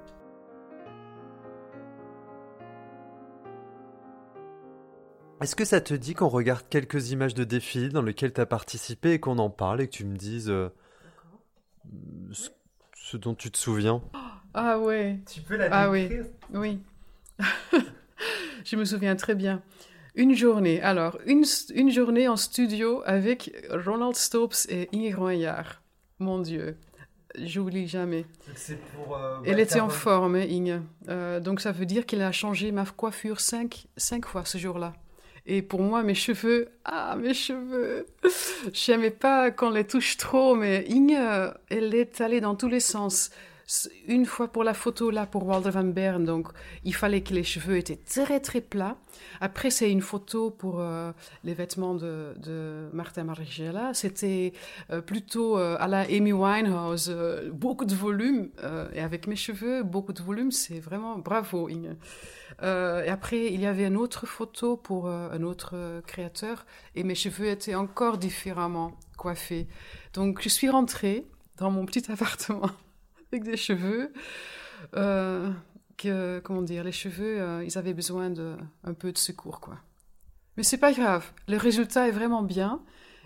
Est-ce que ça te dit qu'on regarde quelques images de défilés dans lesquels tu as participé et qu'on en parle et que tu me dises euh, ce, ce dont tu te souviens?
Ah ouais.
Tu peux la
Ah
décrire?
oui, oui. Je me souviens très bien. Une journée, alors, une, une journée en studio avec Ronald Stopes et Inge Royard. Mon Dieu, j'oublie jamais.
C'est pour, euh,
Elle était en forme, hein, Inge. Euh, donc ça veut dire qu'elle a changé ma coiffure cinq, cinq fois ce jour-là. Et pour moi, mes cheveux, ah, mes cheveux, je n'aimais pas qu'on les touche trop, mais Inge, elle est allée dans tous les sens. Une fois pour la photo, là, pour Walter van Beeren, donc il fallait que les cheveux étaient très, très plats. Après, c'est une photo pour euh, les vêtements de, de Martin Margiela. C'était euh, plutôt euh, à la Amy Winehouse, euh, beaucoup de volume. Euh, et avec mes cheveux, beaucoup de volume, c'est vraiment bravo, Inge. Euh, et après, il y avait une autre photo pour euh, un autre euh, créateur, et mes cheveux étaient encore différemment coiffés. Donc, je suis rentrée dans mon petit appartement avec des cheveux, euh, que, comment dire, les cheveux, euh, ils avaient besoin de un peu de secours, quoi. Mais c'est pas grave, le résultat est vraiment bien,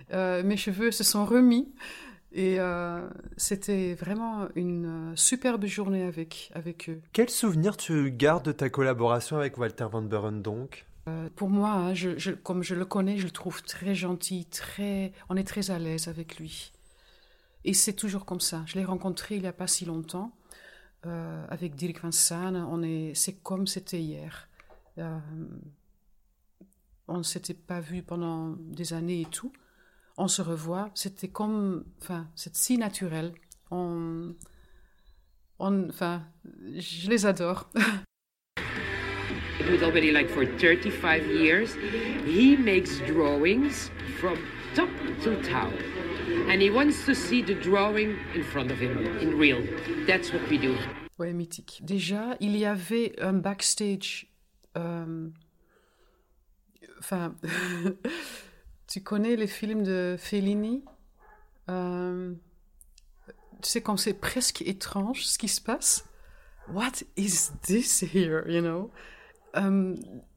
euh, mes cheveux se sont remis. Et euh, c'était vraiment une superbe journée avec, avec eux.
Quel souvenir tu gardes de ta collaboration avec Walter Van Buren donc ?
euh, Pour moi, hein, je, je, comme je le connais, je le trouve très gentil, très, on est très à l'aise avec lui. Et c'est toujours comme ça. Je l'ai rencontré il n'y a pas si longtemps, euh, avec Dirk Van Sane. On est, c'est comme c'était hier. Euh, on ne s'était pas vu pendant des années et tout. On se revoit, c'était comme, enfin, c'est si naturel. On, on, enfin, je les adore.
With already like for thirty-five years, he makes drawings from top to toe. And he wants to see the drawing in front of him, in real. That's what we do.
Ouais, mythique. Déjà, il y avait un backstage, euh, enfin... Tu connais les films de Fellini? euh, Tu sais, quand c'est presque étrange ce qui se passe. What is this here, you know? um,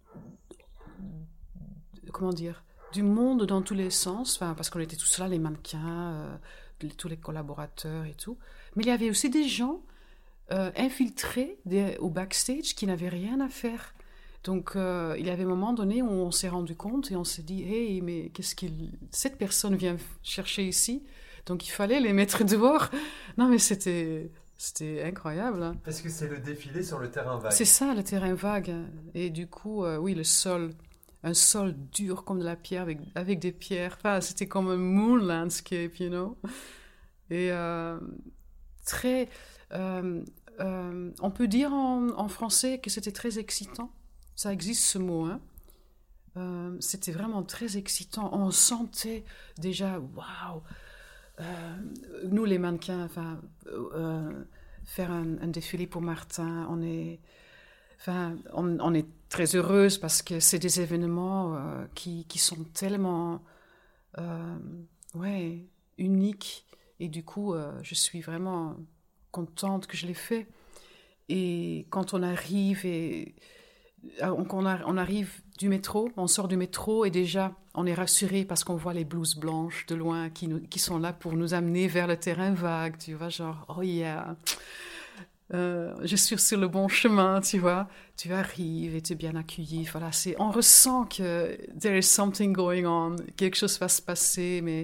Comment dire? Du monde dans tous les sens, parce qu'on était tous là, les mannequins, euh, tous les collaborateurs et tout. Mais il y avait aussi des gens euh, infiltrés des, au backstage qui n'avaient rien à faire. Donc, euh, il y avait un moment donné où on s'est rendu compte et on s'est dit « Hey, mais qu'est-ce qu'il... cette personne vient chercher ici ?» Donc, il fallait les mettre dehors. Non, mais c'était, c'était incroyable. Hein.
Parce que c'est le défilé sur le terrain vague.
C'est ça, le terrain vague. Et du coup, euh, oui, le sol. Un sol dur comme de la pierre avec, avec des pierres. Enfin, c'était comme un moon landscape, you know. Et euh, très... Euh, euh, on peut dire en, en français que c'était très excitant. Ça existe ce mot, hein. Euh, c'était vraiment très excitant. On sentait déjà, waouh, euh, nous les mannequins, enfin, euh, faire un, un défilé pour Martin, on est, enfin, on, on est très heureuse parce que c'est des événements euh, qui, qui sont tellement, euh, ouais, uniques. Et du coup, euh, je suis vraiment contente que je l'ai fait. Et quand on arrive et On, a, on arrive du métro, on sort du métro et déjà on est rassuré parce qu'on voit les blouses blanches de loin qui, nous, qui sont là pour nous amener vers le terrain vague, tu vois, genre oh yeah, euh, je suis sur le bon chemin, tu vois, tu arrives et tu es bien accueilli, voilà, c'est, on ressent que there is something going on, quelque chose va se passer, mais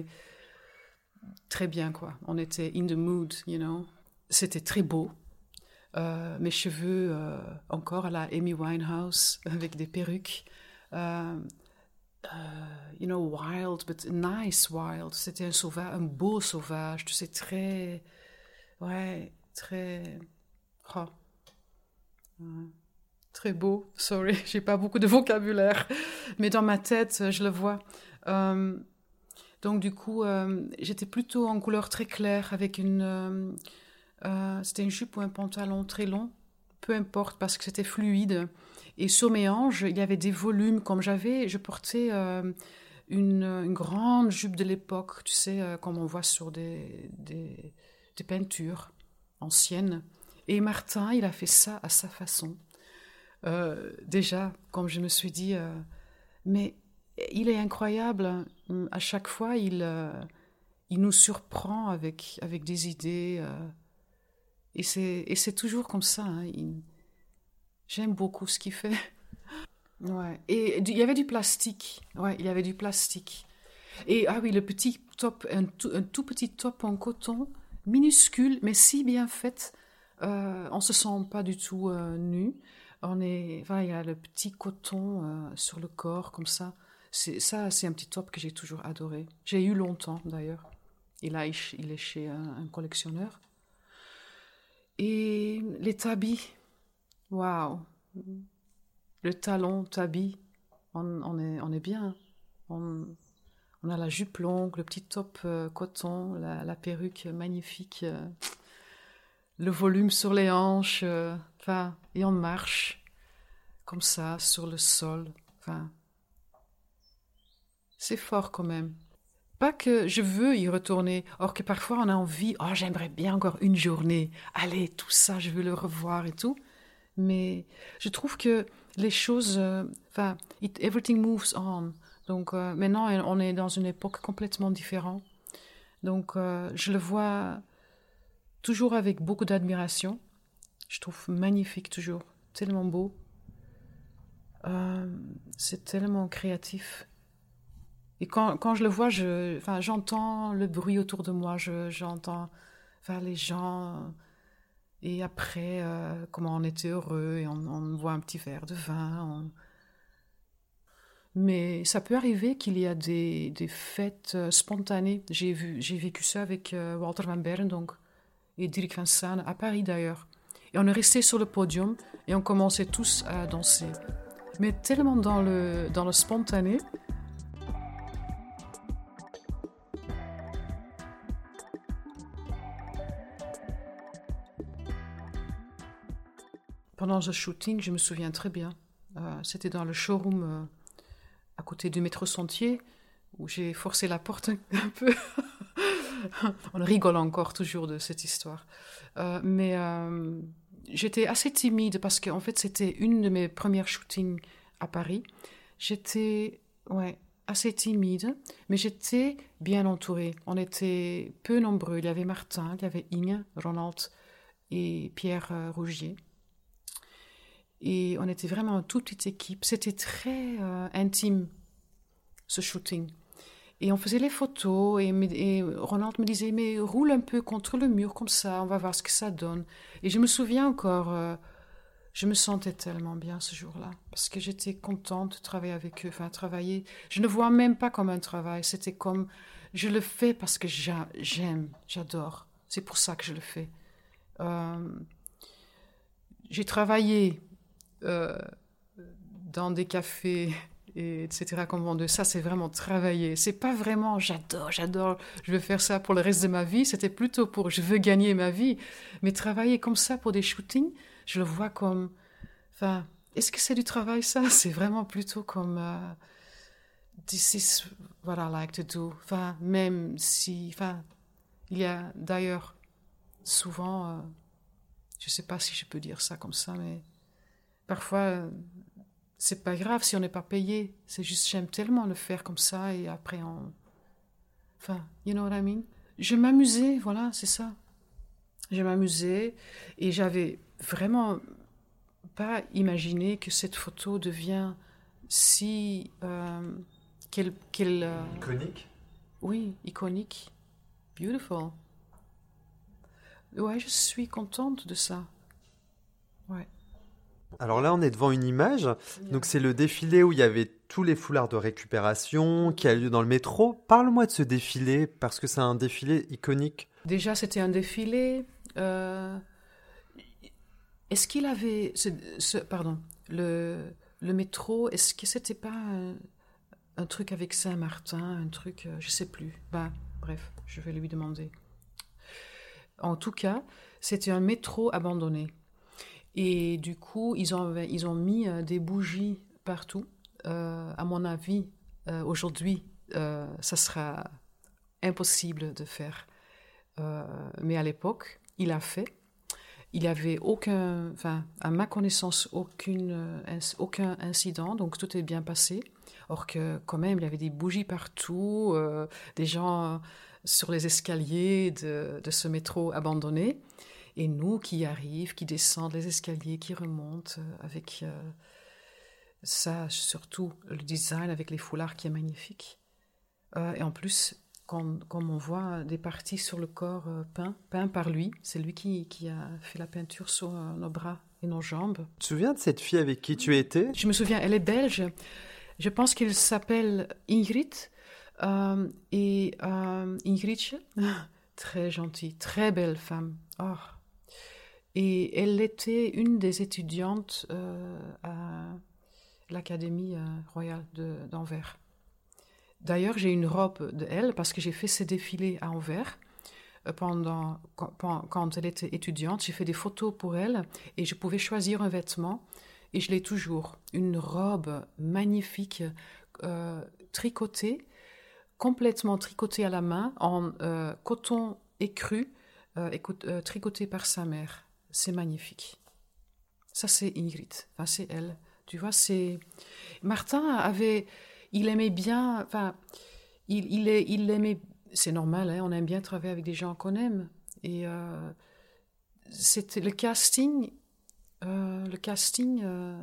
très bien quoi, on était in the mood, you know, c'était très beau. Euh, mes cheveux euh, encore à la Amy Winehouse avec des perruques, euh, uh, you know, wild but nice wild. C'était un sauvage, un beau sauvage, tu sais, très, ouais, très, oh, ouais, très beau. Sorry, j'ai pas beaucoup de vocabulaire, mais dans ma tête, je le vois. Euh, donc du coup, euh, j'étais plutôt en couleur très claire avec une euh, Euh, c'était une jupe ou un pantalon très long, peu importe, parce que c'était fluide. Et sur mes hanches, il y avait des volumes, comme j'avais, je portais euh, une, une grande jupe de l'époque, tu sais, euh, comme on voit sur des, des, des peintures anciennes. Et Martin, il a fait ça à sa façon. Euh, déjà, comme je me suis dit, euh, mais il est incroyable, à chaque fois, il, euh, il nous surprend avec, avec des idées... Euh, Et c'est, et c'est toujours comme ça. Hein. Il... J'aime beaucoup ce qu'il fait. Ouais. Et il y avait du plastique. Ouais, il y avait du plastique. Et ah oui, le petit top, un tout, un tout petit top en coton, minuscule, mais si bien fait. Euh, on ne se sent pas du tout euh, nu. On est, voilà, il y a le petit coton euh, sur le corps, comme ça. C'est, ça, c'est un petit top que j'ai toujours adoré. J'ai eu longtemps, d'ailleurs. Et là, il est chez un, un collectionneur. Et les tabis, waouh, le talon tabi, on, on, est, on est bien. On, on a la jupe longue, le petit top euh, coton, la, la perruque magnifique, euh, le volume sur les hanches, euh, enfin, et on marche comme ça sur le sol. Enfin, c'est fort quand même. Pas que je veux y retourner, or que parfois on a envie, oh j'aimerais bien encore une journée, allez, tout ça, je veux le revoir et tout. Mais je trouve que les choses, enfin, uh, everything moves on. Donc euh, maintenant, on est dans une époque complètement différente. Donc euh, je le vois toujours avec beaucoup d'admiration. Je trouve magnifique toujours, tellement beau. Euh, c'est tellement créatif. Et quand, quand je le vois, je, enfin, j'entends le bruit autour de moi, je, j'entends enfin, les gens, et après, euh, comment on était heureux, et on, on boit un petit verre de vin. On... Mais ça peut arriver qu'il y a des, des fêtes euh, spontanées. J'ai, vu, j'ai vécu ça avec euh, Walter van Beirendonck et Dirk van Sane, à Paris d'ailleurs. Et on est restés sur le podium, et on commençait tous à danser. Mais tellement dans le, dans le spontané. Pendant ce shooting, je me souviens très bien. Euh, c'était dans le showroom euh, à côté du métro Sentier, où j'ai forcé la porte un, un peu. On rigole encore toujours de cette histoire. Euh, mais euh, j'étais assez timide parce qu'en fait, c'était une de mes premières shootings à Paris. J'étais ouais, assez timide, mais j'étais bien entourée. On était peu nombreux. Il y avait Martin, il y avait Inge, Ronald et Pierre euh, Rougier. Et on était vraiment une toute petite équipe. C'était très euh, intime, ce shooting. Et on faisait les photos, et, et Ronald me disait, mais roule un peu contre le mur, comme ça, on va voir ce que ça donne. Et je me souviens encore, euh, je me sentais tellement bien ce jour-là, parce que j'étais contente de travailler avec eux, enfin, travailler. Je ne vois même pas comme un travail, c'était comme, je le fais parce que j'a, j'aime, j'adore. C'est pour ça que je le fais. Euh, j'ai travaillé Euh, dans des cafés, et etc. comme vendeuse, ça c'est vraiment travailler. C'est pas vraiment j'adore, j'adore, je veux faire ça pour le reste de ma vie. C'était plutôt pour je veux gagner ma vie. Mais travailler comme ça pour des shootings, je le vois comme. Enfin, est-ce que c'est du travail ça? C'est vraiment plutôt comme. Uh, this is what I like to do. Enfin, même si. Enfin, il y a d'ailleurs souvent. Uh, je sais pas si je peux dire ça comme ça, mais. Parfois, c'est pas grave si on n'est pas payé. C'est juste, j'aime tellement le faire comme ça et après on... Enfin, you know what I mean? Je m'amusais, voilà, c'est ça. Je m'amusais et j'avais vraiment pas imaginé que cette photo devient si... Euh, quelle, quelle, euh...
Iconique?
Oui, iconique. Beautiful. Ouais, je suis contente de ça. Ouais.
Alors là, on est devant une image. Yeah. Donc c'est le défilé où il y avait tous les foulards de récupération qui a lieu dans le métro. Parle-moi de ce défilé parce que c'est un défilé iconique.
Déjà, c'était un défilé. Euh... Est-ce qu'il avait, ce, ce, pardon, le le métro. Est-ce que c'était pas un, un truc avec Saint-Martin, un truc, euh, je sais plus. Ben, bref, je vais lui demander. En tout cas, c'était un métro abandonné. Et du coup, ils ont, ils ont mis euh, des bougies partout. Euh, à mon avis, euh, aujourd'hui, euh, ça sera impossible de faire. Euh, mais à l'époque, il a fait. Il n'y avait aucun, enfin, à ma connaissance, aucune, euh, aucun incident, donc tout est bien passé. Or que, quand même, il y avait des bougies partout, euh, des gens sur les escaliers de, de ce métro abandonné. Et nous qui arrivent, qui descendent les escaliers, qui remontent avec euh, ça, surtout le design avec les foulards qui est magnifique. Euh, et en plus, quand, quand on voit des parties sur le corps euh, peints, peints par lui, c'est lui qui, qui a fait la peinture sur euh, nos bras et nos jambes.
Tu te souviens de cette fille avec qui tu étais?
Je me souviens, elle est belge. Je pense qu'elle s'appelle Ingrid. Euh, et euh, Ingridje, très gentille, très belle femme. Oh. Et elle était une des étudiantes euh, à l'Académie euh, royale de, d'Anvers. D'ailleurs, j'ai une robe de elle parce que j'ai fait ses défilés à Anvers euh, pendant, quand, quand elle était étudiante. J'ai fait des photos pour elle et je pouvais choisir un vêtement et je l'ai toujours. Une robe magnifique, euh, tricotée, complètement tricotée à la main en euh, coton écru, euh, écoute, euh, tricotée par sa mère. C'est magnifique. Ça, c'est Ingrid. Enfin, c'est elle. Tu vois, c'est... Martin avait... il aimait bien, enfin, il, il, est, il aimait, c'est normal, hein, on aime bien travailler avec des gens qu'on aime. Et euh, c'était le casting, euh, le casting, euh,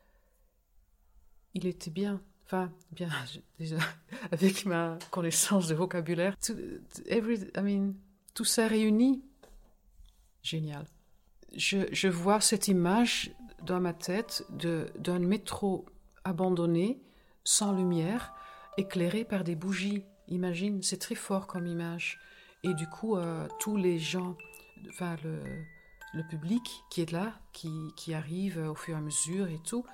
il était bien. Enfin, bien, je, déjà, avec ma connaissance de vocabulaire, tout, every, I mean, tout ça réuni, génial. Je, je vois cette image dans ma tête de, d'un métro abandonné, sans lumière, éclairé par des bougies. Imagine, c'est très fort comme image. Et du coup, euh, tous les gens, enfin le, le public qui est là, qui, qui arrive au fur et à mesure et tout.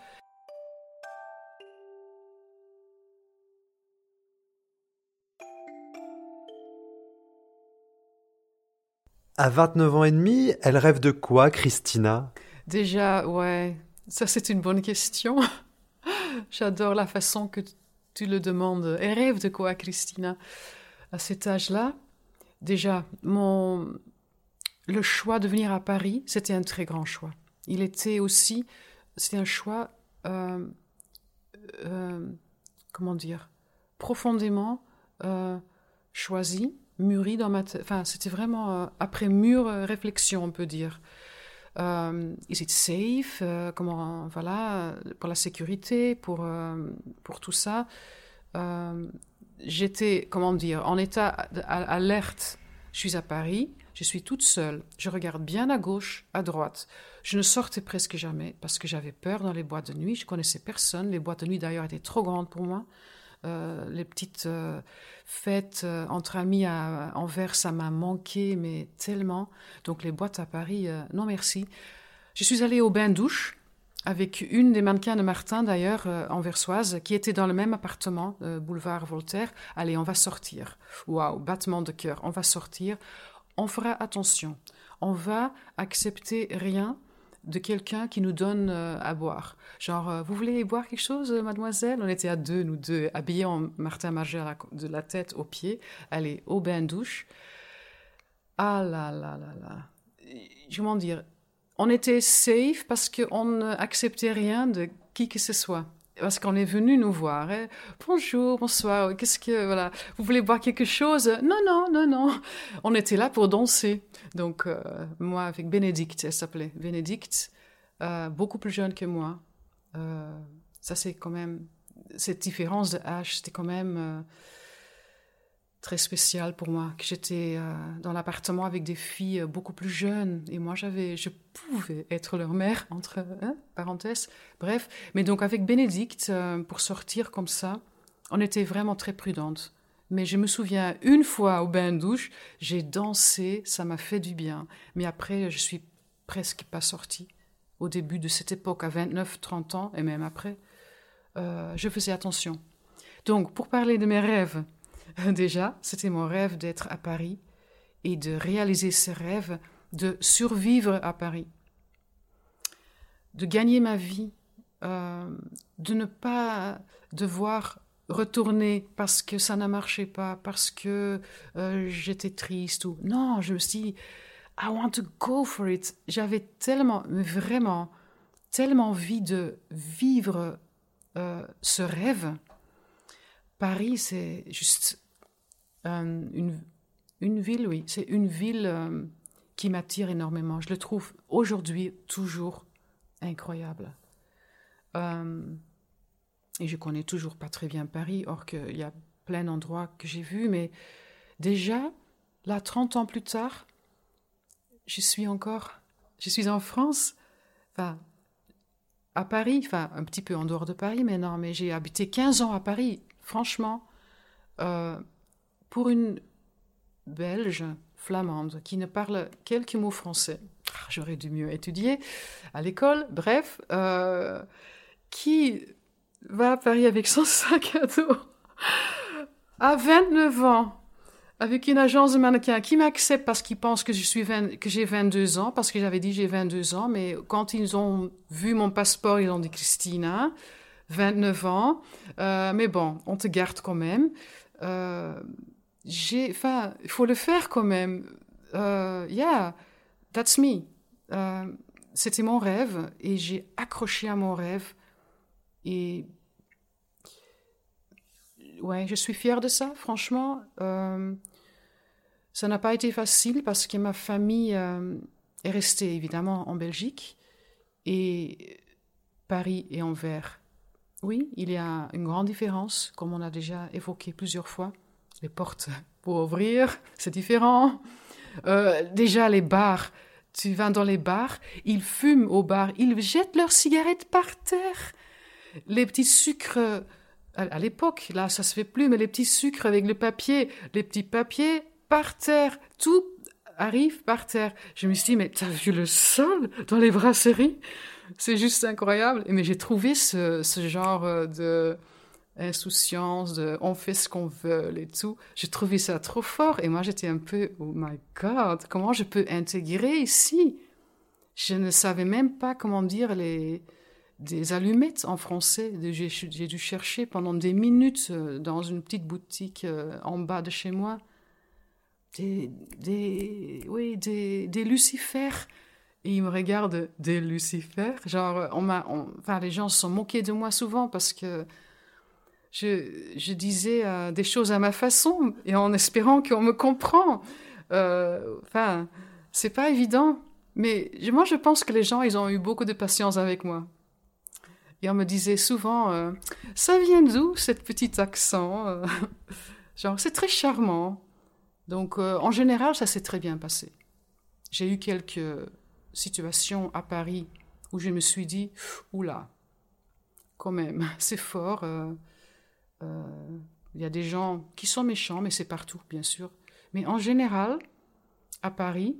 À vingt-neuf ans et demi, elle rêve de quoi, Christina?
Déjà, ouais, ça c'est une bonne question. J'adore la façon que tu le demandes. Elle rêve de quoi, Christina? À cet âge-là, déjà, mon... le choix de venir à Paris, c'était un très grand choix. Il était aussi, c'était un choix, euh, euh, comment dire, profondément euh, choisi, mûri dans ma tête. Enfin, c'était vraiment euh, après mûre réflexion, on peut dire. Euh, is it safe? Euh, comment, voilà, pour la sécurité, pour, euh, pour tout ça. Euh, j'étais, comment dire, en état alerte. Je suis à Paris, je suis toute seule. Je regarde bien à gauche, à droite. Je ne sortais presque jamais parce que j'avais peur dans les boîtes de nuit. Je connaissais personne. Les boîtes de nuit, d'ailleurs, étaient trop grandes pour moi. Euh, les petites euh, fêtes euh, entre amis à, à Anvers, ça m'a manqué, mais tellement. Donc les boîtes à Paris, euh, non merci. Je suis allée au bain-douche avec une des mannequins de Martin, d'ailleurs, euh, anversoise, qui était dans le même appartement, euh, boulevard Voltaire. Allez, on va sortir. Waouh, battement de cœur, on va sortir. On fera attention. On va accepter rien de quelqu'un qui nous donne euh, à boire. Genre, euh, vous voulez boire quelque chose, mademoiselle? On était à deux, nous deux, habillés en Martin Marger de la tête aux pieds. Allez, au bain-douche. Ah là là là là. Comment dire? On était safe parce qu'on n'acceptait rien de qui que ce soit. Parce qu'on est venu nous voir. Hein. Bonjour, bonsoir, qu'est-ce que... Voilà. Vous voulez boire quelque chose? Non, non, non, non. On était là pour danser. Donc, euh, moi, avec Bénédicte, elle s'appelait. Bénédicte, euh, beaucoup plus jeune que moi. Euh, ça, c'est quand même... Cette différence de âge, c'était quand même euh, très spécial pour moi. Que j'étais euh, dans l'appartement avec des filles beaucoup plus jeunes. Et moi, j'avais, je pouvais être leur mère, entre hein, parenthèses. Bref. Mais donc, avec Bénédicte, euh, pour sortir comme ça, on était vraiment très prudentes. Mais je me souviens, une fois au bain-douche, j'ai dansé, ça m'a fait du bien. Mais après, je suis presque pas sortie. Au début de cette époque, à vingt-neuf, trente ans, et même après, euh, je faisais attention. Donc, pour parler de mes rêves, déjà, c'était mon rêve d'être à Paris et de réaliser ce rêve de survivre à Paris, de gagner ma vie, euh, de ne pas devoir retourner parce que ça ne marchait pas, parce que euh, j'étais triste. Ou... Non, je me suis dit, I want to go for it. J'avais tellement, vraiment, tellement envie de vivre euh, ce rêve. Paris, c'est juste euh, une, une ville, oui, c'est une ville euh, qui m'attire énormément. Je le trouve aujourd'hui toujours incroyable. Euh, et je connais toujours pas très bien Paris, or qu'il y a plein d'endroits que j'ai vus, mais déjà, là, trente ans plus tard, je suis encore, je suis en France, enfin, à Paris, enfin, un petit peu en dehors de Paris, mais non, mais j'ai habité quinze ans à Paris. Franchement, euh, pour une Belge flamande qui ne parle quelques mots français, j'aurais dû mieux étudier à l'école, bref, euh, qui va à Paris avec son sac à dos à vingt-neuf ans, avec une agence de mannequins qui m'accepte parce qu'ils pensent que, je suis vingt, que j'ai vingt-deux ans, parce que j'avais dit j'ai vingt-deux ans, mais quand ils ont vu mon passeport, ils ont dit Christina, vingt-neuf ans, euh, mais bon, on te garde quand même. Euh, j'ai, enfin, il faut le faire quand même. Uh, yeah, that's me. Uh, c'était mon rêve et j'ai accroché à mon rêve. Et ouais, je suis fière de ça, franchement. Euh, ça n'a pas été facile parce que ma famille euh, est restée évidemment en Belgique et Paris et Anvers. Oui, il y a une grande différence, comme on a déjà évoqué plusieurs fois. Les portes pour ouvrir, c'est différent. Euh, déjà, les bars, tu vas dans les bars, ils fument au bar, ils jettent leurs cigarettes par terre. Les petits sucres, à, à l'époque, là, ça se fait plus, mais les petits sucres avec le papier, les petits papiers par terre, tout arrive par terre. Je me suis dit, mais t'as vu le sol dans les brasseries? C'est juste incroyable. Mais j'ai trouvé ce, ce genre de insouciance, de on fait ce qu'on veut et tout. J'ai trouvé ça trop fort. Et moi, j'étais un peu, oh my God, comment je peux intégrer ici? Je ne savais même pas comment dire les, des allumettes en français. J'ai, j'ai dû chercher pendant des minutes dans une petite boutique en bas de chez moi. Des, des, oui, des, des lucifères. Et ils me regardent, des lucifères. Genre, on m'a, on, enfin, les gens se sont moqués de moi souvent parce que je, je disais euh, des choses à ma façon et en espérant qu'on me comprend. Euh, enfin, c'est pas évident. Mais moi, je pense que les gens, ils ont eu beaucoup de patience avec moi. Et on me disait souvent, euh, ça vient d'où, cette petite accent euh, genre, c'est très charmant. Donc, euh, en général, ça s'est très bien passé. J'ai eu quelques situations à Paris où je me suis dit, oula, quand même, c'est fort. Euh, euh, il y a des gens qui sont méchants, mais c'est partout, bien sûr. Mais en général, à Paris,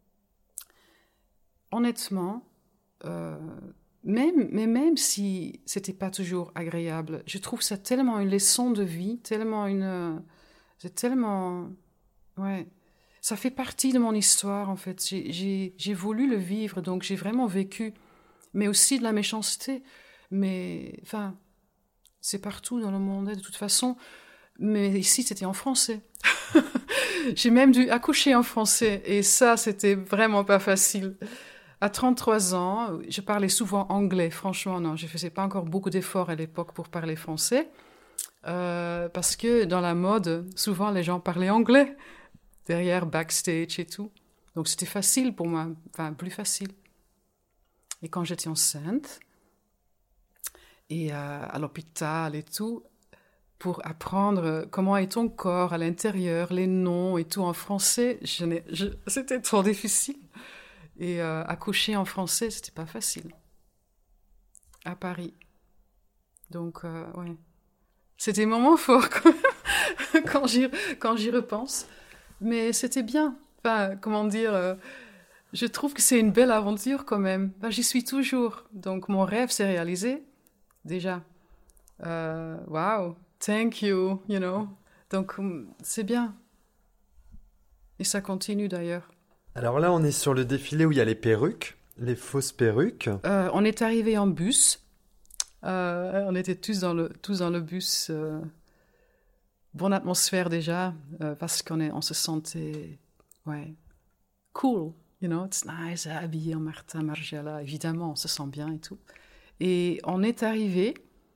honnêtement, euh, même, mais même si c'était pas toujours agréable, je trouve ça tellement une leçon de vie, tellement une... C'est tellement... Ouais... Ça fait partie de mon histoire, en fait. J'ai, j'ai, j'ai voulu le vivre, donc j'ai vraiment vécu. Mais aussi de la méchanceté. Mais, enfin, c'est partout dans le monde, de toute façon. Mais ici, c'était en français. J'ai même dû accoucher en français. Et ça, c'était vraiment pas facile. À trente-trois ans, je parlais souvent anglais. Franchement, non, je faisais pas encore beaucoup d'efforts à l'époque pour parler français. Euh, parce que dans la mode, souvent, les gens parlaient anglais. Derrière, backstage et tout. Donc, c'était facile pour moi, enfin, plus facile. Et quand j'étais enceinte, et euh, à l'hôpital et tout, pour apprendre comment est ton corps à l'intérieur, les noms et tout en français, je n'ai, je, c'était trop difficile. Et euh, accoucher en français, c'était pas facile. À Paris. Donc, euh, ouais. C'était des moments forts quand, quand, j'y, quand j'y repense. Mais c'était bien. Enfin, comment dire, euh, je trouve que c'est une belle aventure quand même. Enfin, j'y suis toujours. Donc, mon rêve s'est réalisé, déjà. Euh, wow, thank you, you know. Donc, c'est bien. Et ça continue d'ailleurs.
Alors là, on est sur le défilé où il y a les perruques, les fausses perruques.
Euh, on est arrivé en bus. Euh, on était tous dans le, tous dans le bus... Euh, bonne atmosphère déjà, euh, parce qu'on est, on se sentait, ouais, cool, you know, it's nice, habillé en Martin Margiela, évidemment, on se sent bien et tout. Et on est arrivé,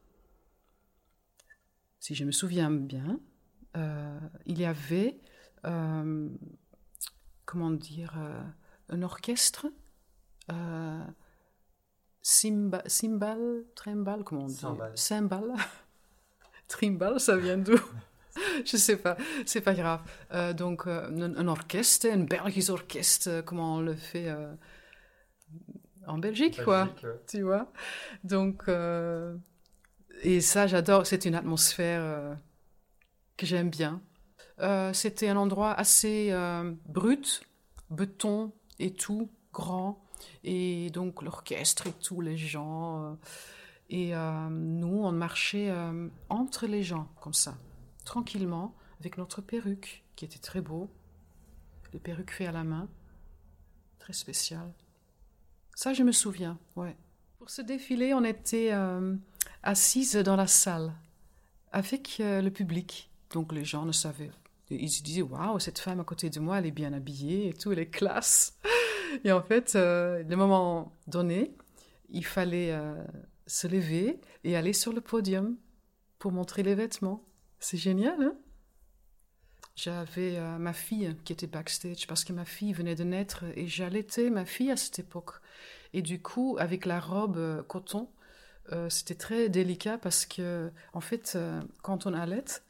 si je me souviens bien, euh, il y avait, euh, comment dire, euh, un orchestre, euh, cymbal, cymbal, trimbal, comment on dit, cymbal, trimbal, ça vient d'où? Je sais pas, c'est pas grave. Euh, donc, euh, un, un orchestre, un Belgisch orchestre, comment on le fait euh, en Belgique, Belgique quoi, ouais. Tu vois. Donc, euh, et ça, j'adore, c'est une atmosphère euh, que j'aime bien. Euh, c'était un endroit assez euh, brut, béton et tout, grand. Et donc, l'orchestre et tout, les gens. Euh, et euh, nous, on marchait euh, entre les gens, comme ça. Tranquillement, avec notre perruque, qui était très beau. Les perruques faites à la main. Très spécial. Ça, je me souviens, ouais. Pour ce défilé, on était euh, assises dans la salle, avec euh, le public. Donc, les gens ne savaient. Ils se disaient, waouh, cette femme à côté de moi, elle est bien habillée et tout, elle est classe. Et en fait, euh, le moment donné, il fallait euh, se lever et aller sur le podium pour montrer les vêtements. C'est génial, hein? J'avais euh, ma fille qui était backstage parce que ma fille venait de naître et j'allaitais ma fille à cette époque. Et du coup, avec la robe euh, coton, euh, c'était très délicat parce que, en fait, euh, quand on allaite,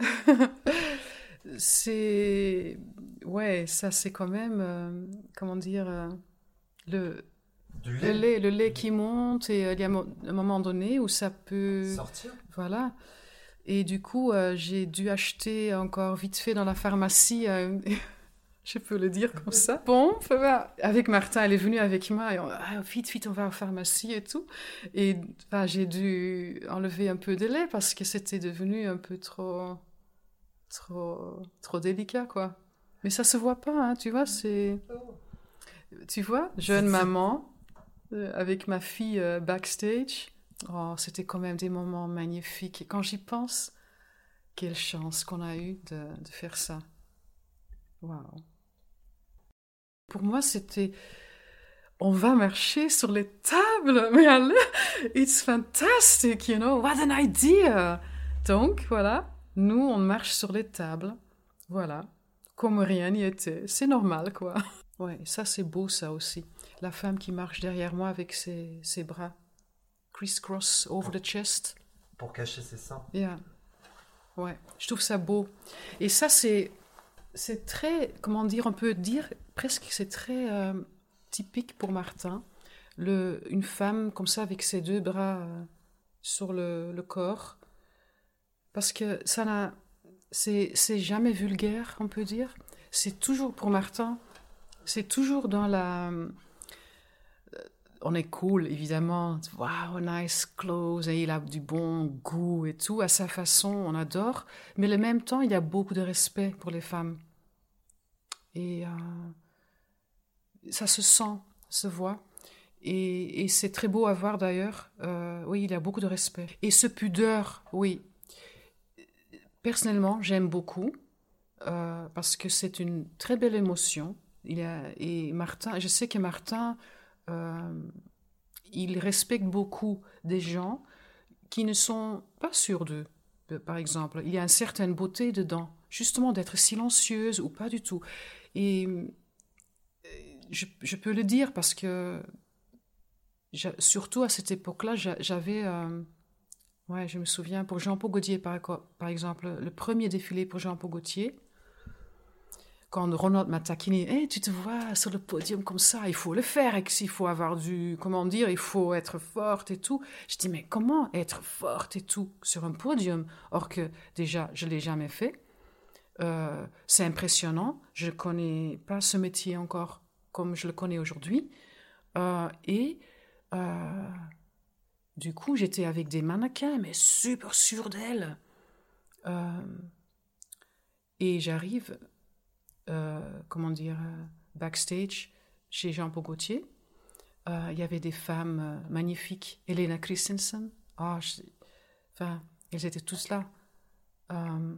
c'est... Ouais, ça c'est quand même, euh, comment dire, euh, le...
Du
Le lait, le lait qui monte et euh, il y a mo- un moment donné où ça peut...
Sortir.
Voilà. Et du coup, euh, j'ai dû acheter encore vite fait dans la pharmacie, euh, je peux le dire comme ça. Bon, voilà. Avec Martin, elle est venue avec moi et on, ah, vite, vite, on va en pharmacie et tout. Et enfin, j'ai dû enlever un peu de lait parce que c'était devenu un peu trop, trop, trop délicat, quoi. Mais ça se voit pas, hein, tu vois, c'est... Tu vois, jeune
C'est-
maman, euh, avec ma fille euh, backstage. Oh, c'était quand même des moments magnifiques. Et quand j'y pense, quelle chance qu'on a eu de, de faire ça. Waouh. Pour moi, c'était... On va marcher sur les tables. Mais allez, it's fantastic, you know. What an idea. Donc, voilà, nous, on marche sur les tables. Voilà, comme rien n'y était. C'est normal, quoi. Ouais, ça, c'est beau, ça aussi. La femme qui marche derrière moi avec ses, ses bras criss-cross over the chest.
Pour cacher ses seins.
Yeah. Ouais, je trouve ça beau. Et ça, c'est, c'est très, comment dire, on peut dire presque que c'est très euh, typique pour Martin. Le, une femme comme ça avec ses deux bras euh, sur le, le corps. Parce que ça n'a, c'est, c'est jamais vulgaire, on peut dire. C'est toujours, pour Martin, c'est toujours dans la... On est cool, évidemment. Wow, nice clothes. Et il a du bon goût et tout. À sa façon, on adore. Mais en même temps, il y a beaucoup de respect pour les femmes. Et euh, ça se sent, se voit. Et, et c'est très beau à voir d'ailleurs. Euh, oui, il y a beaucoup de respect. Et ce pudeur, oui. Personnellement, j'aime beaucoup. Euh, parce que c'est une très belle émotion. Il y a, et Martin, je sais que Martin... Euh, il respecte beaucoup des gens qui ne sont pas sûrs d'eux. Par exemple, il y a une certaine beauté dedans, justement d'être silencieuse ou pas du tout. Et je, je peux le dire parce que, surtout à cette époque-là, j'avais... Euh, ouais, je me souviens, pour Jean-Paul Gaultier, par, par exemple, le premier défilé pour Jean-Paul Gaultier, quand Ronald m'a taquiné, hey, tu te vois sur le podium comme ça, il faut le faire, et il faut avoir du, comment dire, il faut être forte et tout. Je dis, mais comment être forte et tout sur un podium? Or que déjà, je ne l'ai jamais fait. Euh, c'est impressionnant. Je ne connais pas ce métier encore comme je le connais aujourd'hui. Euh, et euh, du coup, j'étais avec des mannequins, mais super sûrs d'elles. Euh, et j'arrive... Euh, comment dire, euh, backstage chez Jean-Paul Gaultier. Euh, il y avait des femmes euh, magnifiques. Helena Christensen. Oh, je... Enfin, elles étaient toutes là. Euh...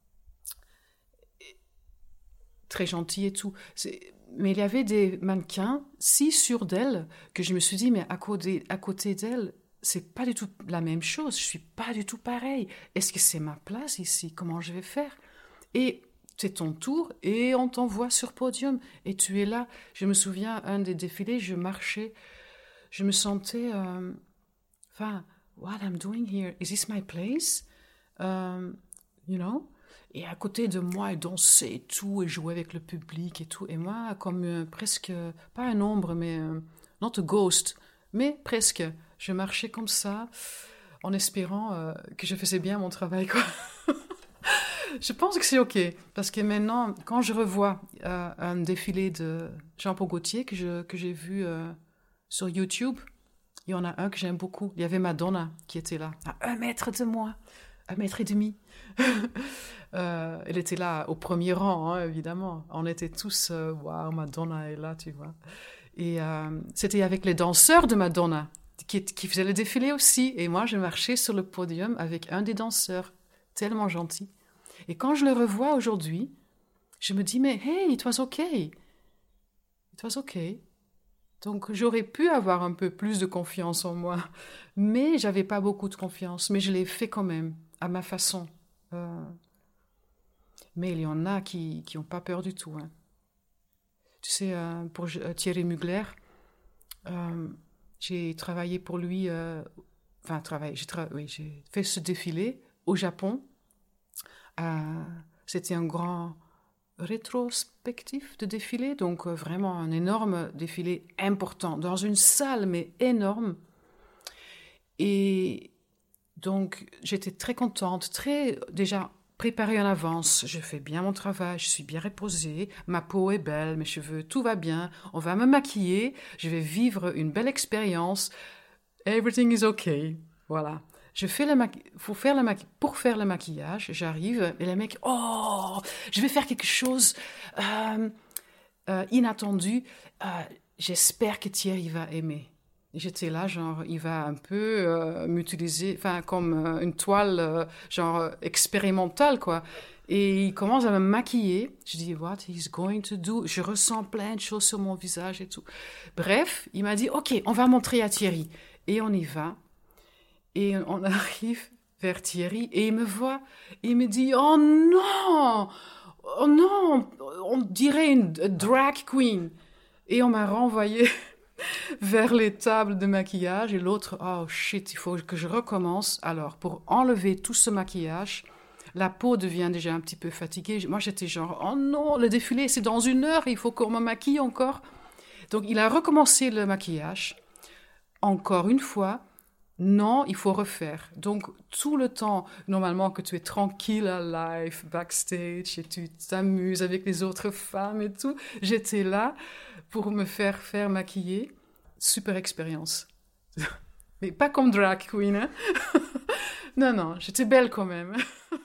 Très gentilles et tout. C'est... Mais il y avait des mannequins si sûrs d'elles que je me suis dit, mais à côté, à côté d'elles, c'est pas du tout la même chose. Je suis pas du tout pareil. Est-ce que c'est ma place ici? Comment je vais faire? Et c'est ton tour et on t'envoie sur podium et tu es là. Je me souviens, un des défilés, je marchais, je me sentais, euh, enfin, what I'm doing here, is this my place? Um, you know? Et à côté de moi, elle dansait et tout, et jouait avec le public et tout. Et moi, comme euh, presque, pas un ombre, mais, euh, not a ghost, mais presque, je marchais comme ça, en espérant euh, que je faisais bien mon travail, quoi. Je pense que c'est OK, parce que maintenant, quand je revois euh, un défilé de Jean-Paul Gaultier que, je, que j'ai vu euh, sur YouTube, il y en a un que j'aime beaucoup. Il y avait Madonna qui était là, à un mètre de moi, un mètre et demi. euh, elle était là au premier rang, hein, évidemment. On était tous, euh, waouh, Madonna est là, tu vois. Et euh, c'était avec les danseurs de Madonna qui, qui faisaient le défilé aussi. Et moi, je marchais sur le podium avec un des danseurs, tellement gentil. Et quand je le revois aujourd'hui, je me dis, mais hey, it was okay. It was okay. Donc, j'aurais pu avoir un peu plus de confiance en moi. Mais j'avais pas beaucoup de confiance. Mais je l'ai fait quand même, à ma façon. Euh, Mais il y en a qui n'ont pas peur du tout. Hein. Tu sais, euh, pour euh, Thierry Mugler, euh, j'ai travaillé pour lui, euh, enfin, travaillé, j'ai, tra- oui, j'ai fait ce défilé au Japon. Euh, c'était un grand rétrospectif de défilé, donc euh, vraiment un énorme défilé important, dans une salle, mais énorme. Et donc, j'étais très contente, très déjà préparée en avance. Je fais bien mon travail, je suis bien reposée, ma peau est belle, mes cheveux, tout va bien. On va me maquiller, je vais vivre une belle expérience. Everything is okay. Voilà. Je fais le maqui- pour, faire le maqui- pour faire le maquillage, j'arrive et les mecs, oh, je vais faire quelque chose euh, euh, inattendu. Euh, j'espère que Thierry va aimer. J'étais là, genre, il va un peu euh, m'utiliser, enfin, comme euh, une toile, euh, genre, euh, expérimentale, quoi. Et il commence à me maquiller. Je dis, what he's going to do? Je ressens plein de choses sur mon visage et tout. Bref, il m'a dit, OK, on va montrer à Thierry. Et on y va. Et on arrive vers Thierry et il me voit. Et il me dit, oh non! Oh non! On dirait une drag queen. Et on m'a renvoyé vers les tables de maquillage et l'autre, oh shit, il faut que je recommence. Alors, pour enlever tout ce maquillage, la peau devient déjà un petit peu fatiguée. Moi, j'étais genre, oh non, le défilé, c'est dans une heure, il faut qu'on me maquille encore. Donc, il a recommencé le maquillage. Encore une fois, non, il faut refaire. Donc, tout le temps, normalement, que tu es tranquille à live, backstage, et tu t'amuses avec les autres femmes et tout, j'étais là pour me faire faire maquiller. Super expérience. Mais pas comme drag queen, hein. Non, non, j'étais belle quand même.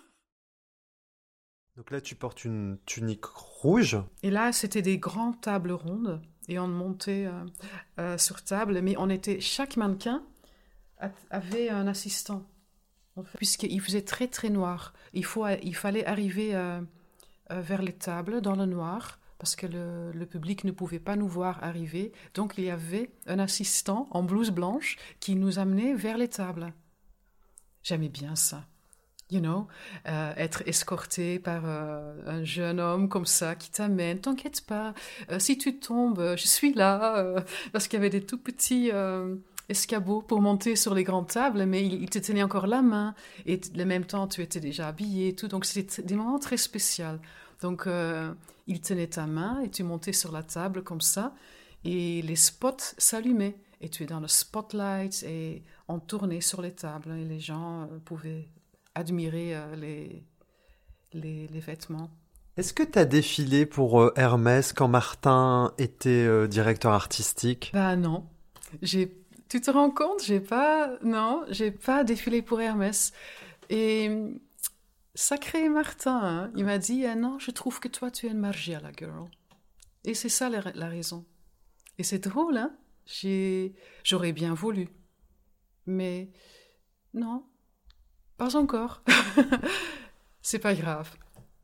Donc là, tu portes une tunique rouge.
Et là, c'était des grandes tables rondes. Et on montait euh, euh, sur table. Mais on était... Chaque mannequin avait un assistant. En fait, puisqu'il faisait très, très noir. Il, faut, il fallait arriver euh, euh, vers les tables dans le noir. Parce que le, le public ne pouvait pas nous voir arriver. Donc, il y avait un assistant en blouse blanche qui nous amenait vers les tables. J'aimais bien ça. You know, euh, être escorté par euh, un jeune homme comme ça qui t'amène. T'inquiète pas, euh, si tu tombes, je suis là. Euh, parce qu'il y avait des tout petits euh, escabeaux pour monter sur les grandes tables, mais il, il te tenait encore la main. Et en même temps, tu étais déjà habillé et tout. Donc, c'était des moments très spéciaux. Donc, euh, il tenait ta main et tu montais sur la table comme ça. Et les spots s'allumaient. Et tu es dans le spotlight et on tournait sur les tables. Et les gens euh, pouvaient admirer euh, les, les, les vêtements.
Est-ce que tu as défilé pour euh, Hermès quand Martin était euh, directeur artistique?
Bah non. J'ai, tu te rends compte? J'ai pas, non, j'ai pas défilé pour Hermès. Et sacré Martin, hein, il m'a dit ah non, je trouve que toi tu es une Margiela girl. Et c'est ça la, la raison. Et c'est drôle, hein? J'ai, j'aurais bien voulu. Mais non. Pas encore. C'est pas grave.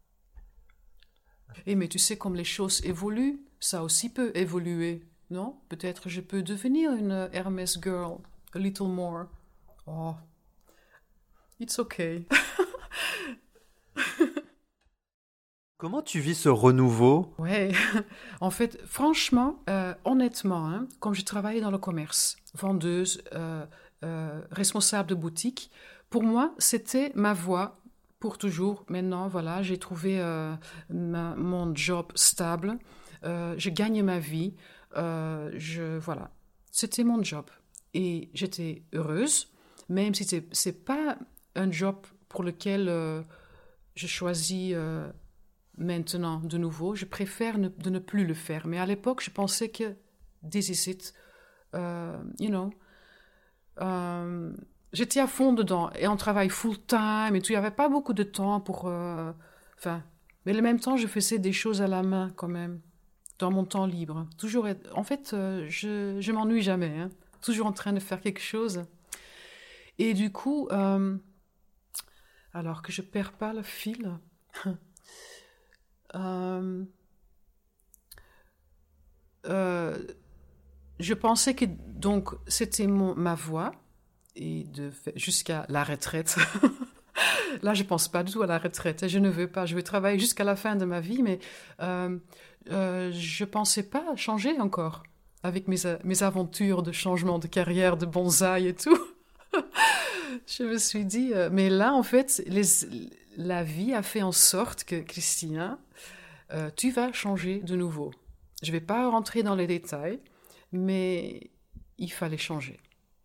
Et mais tu sais, comme les choses évoluent, ça aussi peut évoluer, non? Peut-être je peux devenir une Hermès girl, a little more. Oh, it's okay.
Comment tu vis ce renouveau?
Ouais, en fait, franchement, euh, honnêtement, hein, comme j'ai travaillé dans le commerce, vendeuse, euh, euh, responsable de boutique, pour moi, c'était ma voie pour toujours. Maintenant, voilà, j'ai trouvé euh, ma, mon job stable, euh, je gagne ma vie, euh, je, voilà, c'était mon job. Et j'étais heureuse, même si c'est, c'est pas un job pour lequel euh, je choisis euh, maintenant de nouveau. Je préfère ne, de ne plus le faire. Mais à l'époque, je pensais que this is it, uh, you know. Euh, J'étais à fond dedans et on travaille full-time et tout. Il n'y avait pas beaucoup de temps pour... Euh, enfin, mais en même temps, je faisais des choses à la main quand même, dans mon temps libre. Toujours, être, en fait, euh, je je m'ennuie jamais. Hein, toujours en train de faire quelque chose. Et du coup, euh, alors que je ne perds pas le fil, euh, euh, je pensais que donc, c'était mon, ma voie. Et de, jusqu'à la retraite. Là, je ne pense pas du tout à la retraite. Je ne veux pas. Je veux travailler jusqu'à la fin de ma vie, mais euh, euh, je ne pensais pas changer encore avec mes, mes aventures de changement de carrière, de bonsaï et tout. Je me suis dit... Euh, mais là, en fait, les, la vie a fait en sorte que, Christina, euh, tu vas changer de nouveau. Je ne vais pas rentrer dans les détails, mais il fallait changer.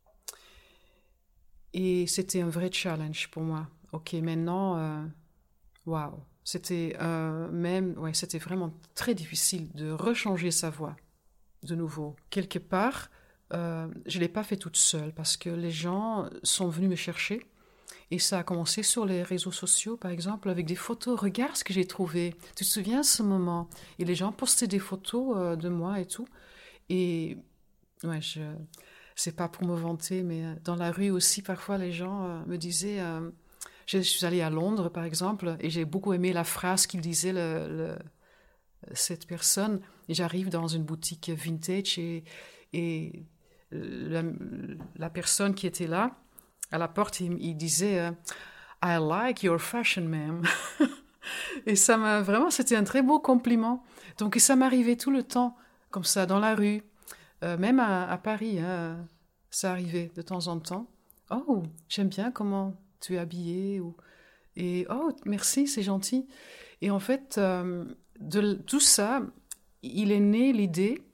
Et c'était un vrai challenge pour moi. Ok, maintenant, euh, waouh, c'était euh, même, ouais, c'était vraiment très difficile de rechanger sa voix de nouveau. Quelque part, euh, je ne l'ai pas fait toute seule parce que les gens sont venus me chercher et ça a commencé sur les réseaux sociaux, par exemple, avec des photos. Regarde ce que j'ai trouvé. Tu te souviens de ce moment? Et les gens postaient des photos euh, de moi et tout. Et ouais, je, c'est pas pour me vanter, mais dans la rue aussi, parfois les gens euh, me disaient. Euh, Je suis allée à Londres, par exemple, et j'ai beaucoup aimé la phrase qu'il disait, le, le, cette personne. Et j'arrive dans une boutique vintage et, et la, la personne qui était là, à la porte, il, il disait euh, « I like your fashion, ma'am ». Et ça m'a vraiment, c'était un très beau compliment. Donc ça m'arrivait tout le temps, comme ça, dans la rue, euh, même à, à Paris, hein, ça arrivait de temps en temps. « Oh, j'aime bien comment... tu es habillée, ou... et oh, merci, c'est gentil. » Et en fait, euh, de tout ça, il est né l'idée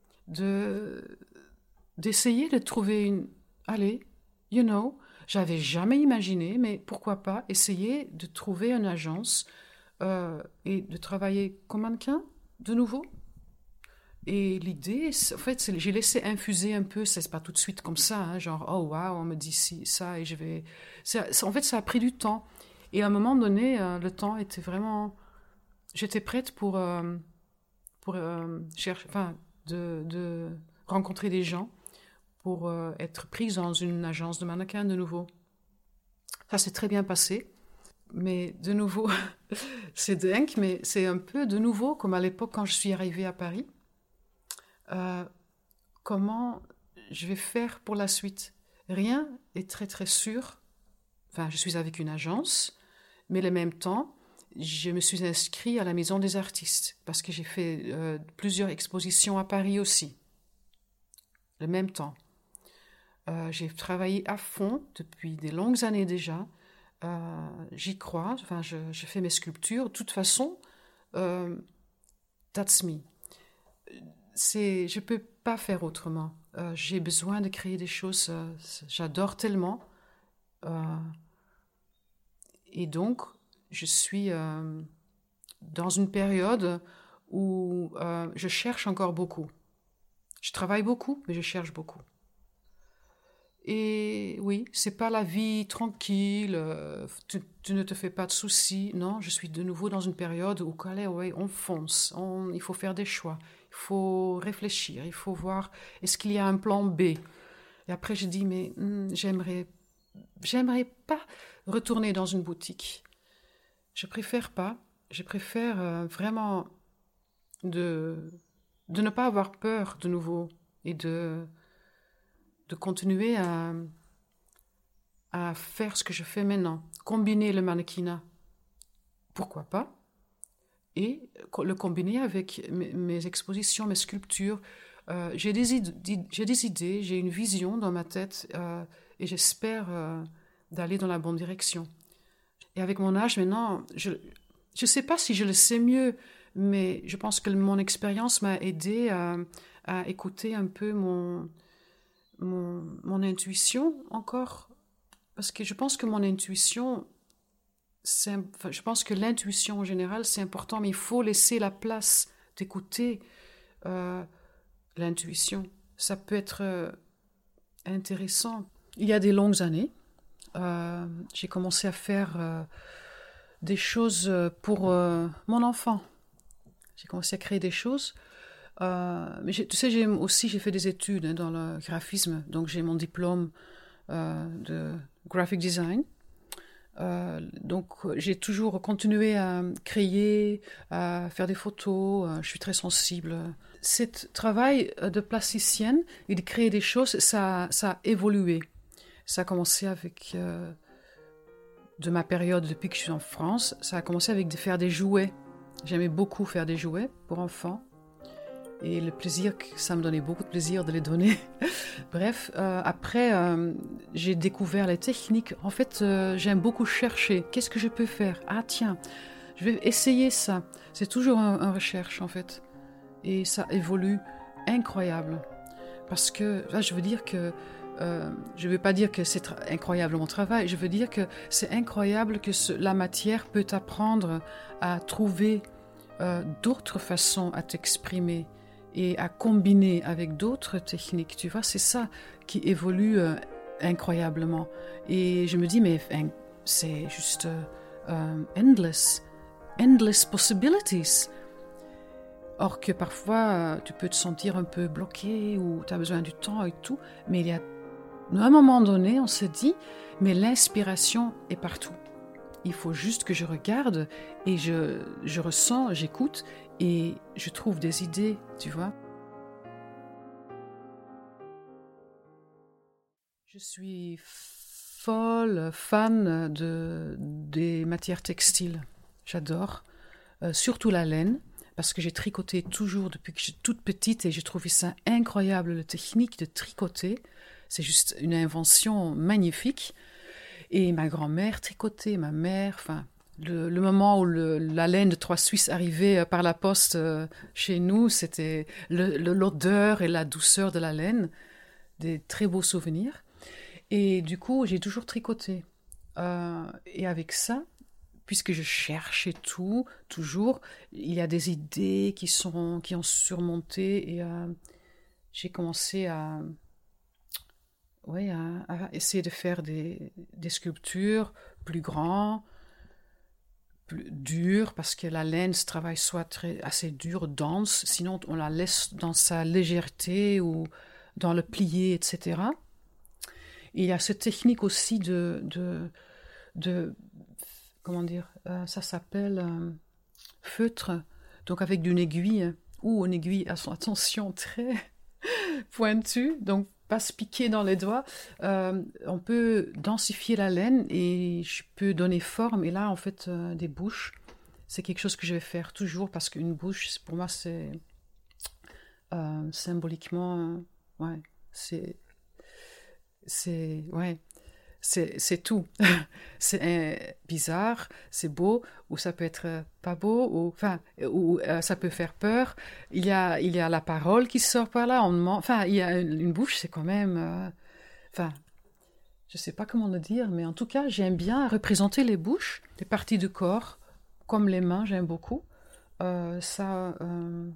de, d'essayer de trouver une... Allez, you know, j'avais jamais imaginé, mais pourquoi pas essayer de trouver une agence euh, et de travailler comme mannequin de nouveau. Et l'idée, en fait, c'est, j'ai laissé infuser un peu, c'est pas tout de suite comme ça, hein, genre, oh waouh, on me dit si, ça, et je vais... Ça, ça, en fait, ça a pris du temps. Et à un moment donné, euh, le temps était vraiment... J'étais prête pour, euh, pour euh, chercher, enfin, de, de rencontrer des gens pour euh, être prise dans une agence de mannequin de nouveau. Ça s'est très bien passé. Mais de nouveau, c'est dingue, mais c'est un peu de nouveau comme à l'époque quand je suis arrivée à Paris. Euh, comment je vais faire pour la suite? Rien est très très sûr. Enfin, je suis avec une agence, mais en même temps, je me suis inscrite à la Maison des Artistes parce que j'ai fait euh, plusieurs expositions à Paris aussi. En même temps, euh, j'ai travaillé à fond depuis des longues années déjà. Euh, j'y crois. Enfin, je, je fais mes sculptures. De toute façon, euh, that's me. C'est, je ne peux pas faire autrement. Euh, j'ai besoin de créer des choses. Euh, j'adore tellement. Euh, et donc, je suis euh, dans une période où euh, je cherche encore beaucoup. Je travaille beaucoup, mais je cherche beaucoup. Et oui, c'est pas la vie tranquille, euh, tu, tu ne te fais pas de soucis. Non, je suis de nouveau dans une période où allez, ouais, on fonce, on, il faut faire des choix, il faut réfléchir, il faut voir est-ce qu'il y a un plan B. Et après, je dis, mais hmm, j'aimerais, j'aimerais pas retourner dans une boutique. Je préfère pas, je préfère euh, vraiment de, de ne pas avoir peur de nouveau et de... de continuer à, à faire ce que je fais maintenant. Combiner le mannequinat, pourquoi pas, et le combiner avec mes, mes expositions, mes sculptures. Euh, j'ai, des idées, j'ai des idées, j'ai une vision dans ma tête euh, et j'espère euh, d'aller dans la bonne direction. Et avec mon âge maintenant, je ne sais pas si je le sais mieux, mais je pense que mon expérience m'a aidé à, à écouter un peu mon... Mon, mon intuition encore, parce que je pense que mon intuition, c'est, enfin, je pense que l'intuition en général c'est important, mais il faut laisser la place d'écouter euh, l'intuition. Ça peut être euh, intéressant. Il y a des longues années, euh, j'ai commencé à faire euh, des choses pour euh, mon enfant. J'ai commencé à créer des choses. Euh, mais tu sais, j'ai aussi j'ai fait des études hein, dans le graphisme, donc j'ai mon diplôme euh, de graphic design. Euh, donc j'ai toujours continué à créer, à faire des photos. Euh, je suis très sensible. Ce travail de plasticienne et de créer des choses, ça, ça a évolué. Ça a commencé avec euh, de ma période depuis que je suis en France, ça a commencé avec de faire des jouets. J'aimais beaucoup faire des jouets pour enfants. Et le plaisir, que ça me donnait beaucoup de plaisir de les donner. Bref, euh, après, euh, j'ai découvert les techniques. En fait, euh, j'aime beaucoup chercher. Qu'est-ce que je peux faire? Ah tiens, je vais essayer ça. C'est toujours une un recherche, en fait. Et ça évolue incroyable. Parce que, là, je veux dire que... Euh, je ne veux pas dire que c'est tra- incroyable mon travail. Je veux dire que c'est incroyable que ce, la matière peut t'apprendre à trouver euh, d'autres façons à t'exprimer et à combiner avec d'autres techniques, tu vois, c'est ça qui évolue euh, incroyablement. Et je me dis, mais hein, c'est juste euh, endless, endless possibilities. Or que parfois, euh, tu peux te sentir un peu bloqué ou tu as besoin du temps et tout, mais il y a, à un moment donné, on se dit, mais l'inspiration est partout. Il faut juste que je regarde et je, je ressens, j'écoute et je trouve des idées, tu vois. Je suis folle, fan de, des matières textiles. J'adore, euh, surtout la laine, parce que j'ai tricoté toujours depuis que je suis toute petite et j'ai trouvé ça incroyable, la technique de tricoter. C'est juste une invention magnifique. Et ma grand-mère tricotait, ma mère, enfin, le, le moment où le, la laine de Trois Suisses arrivait par la poste euh, chez nous, c'était le, le, l'odeur et la douceur de la laine, des très beaux souvenirs. Et du coup, j'ai toujours tricoté. Euh, et avec ça, puisque je cherchais tout, toujours, il y a des idées qui, sont, qui ont surmonté et euh, j'ai commencé à... Oui, à, à essayer de faire des, des sculptures plus grandes, plus dures, parce que la laine, ce travail soit très, assez dur, dense, sinon on la laisse dans sa légèreté ou dans le plié, et cetera. Et il y a cette technique aussi de... de, de comment dire, euh, ça s'appelle euh, feutre, donc avec une aiguille, ou une aiguille, attention, très pointue, donc pas se piquer dans les doigts, euh, on peut densifier la laine et je peux donner forme. Et là, en fait, euh, des bouches, c'est quelque chose que je vais faire toujours parce qu'une bouche, pour moi, c'est euh, symboliquement, euh, ouais, c'est, c'est, ouais, c'est, c'est tout. C'est euh, bizarre, c'est beau, ou ça peut être euh, pas beau, ou enfin, ou euh, ça peut faire peur. Il y a, il y a la parole qui sort par là. On demande, enfin, il y a une, une bouche, c'est quand même, euh, enfin, je sais pas comment le dire, mais en tout cas, j'aime bien représenter les bouches, les parties du corps, comme les mains, j'aime beaucoup. Euh, ça, euh,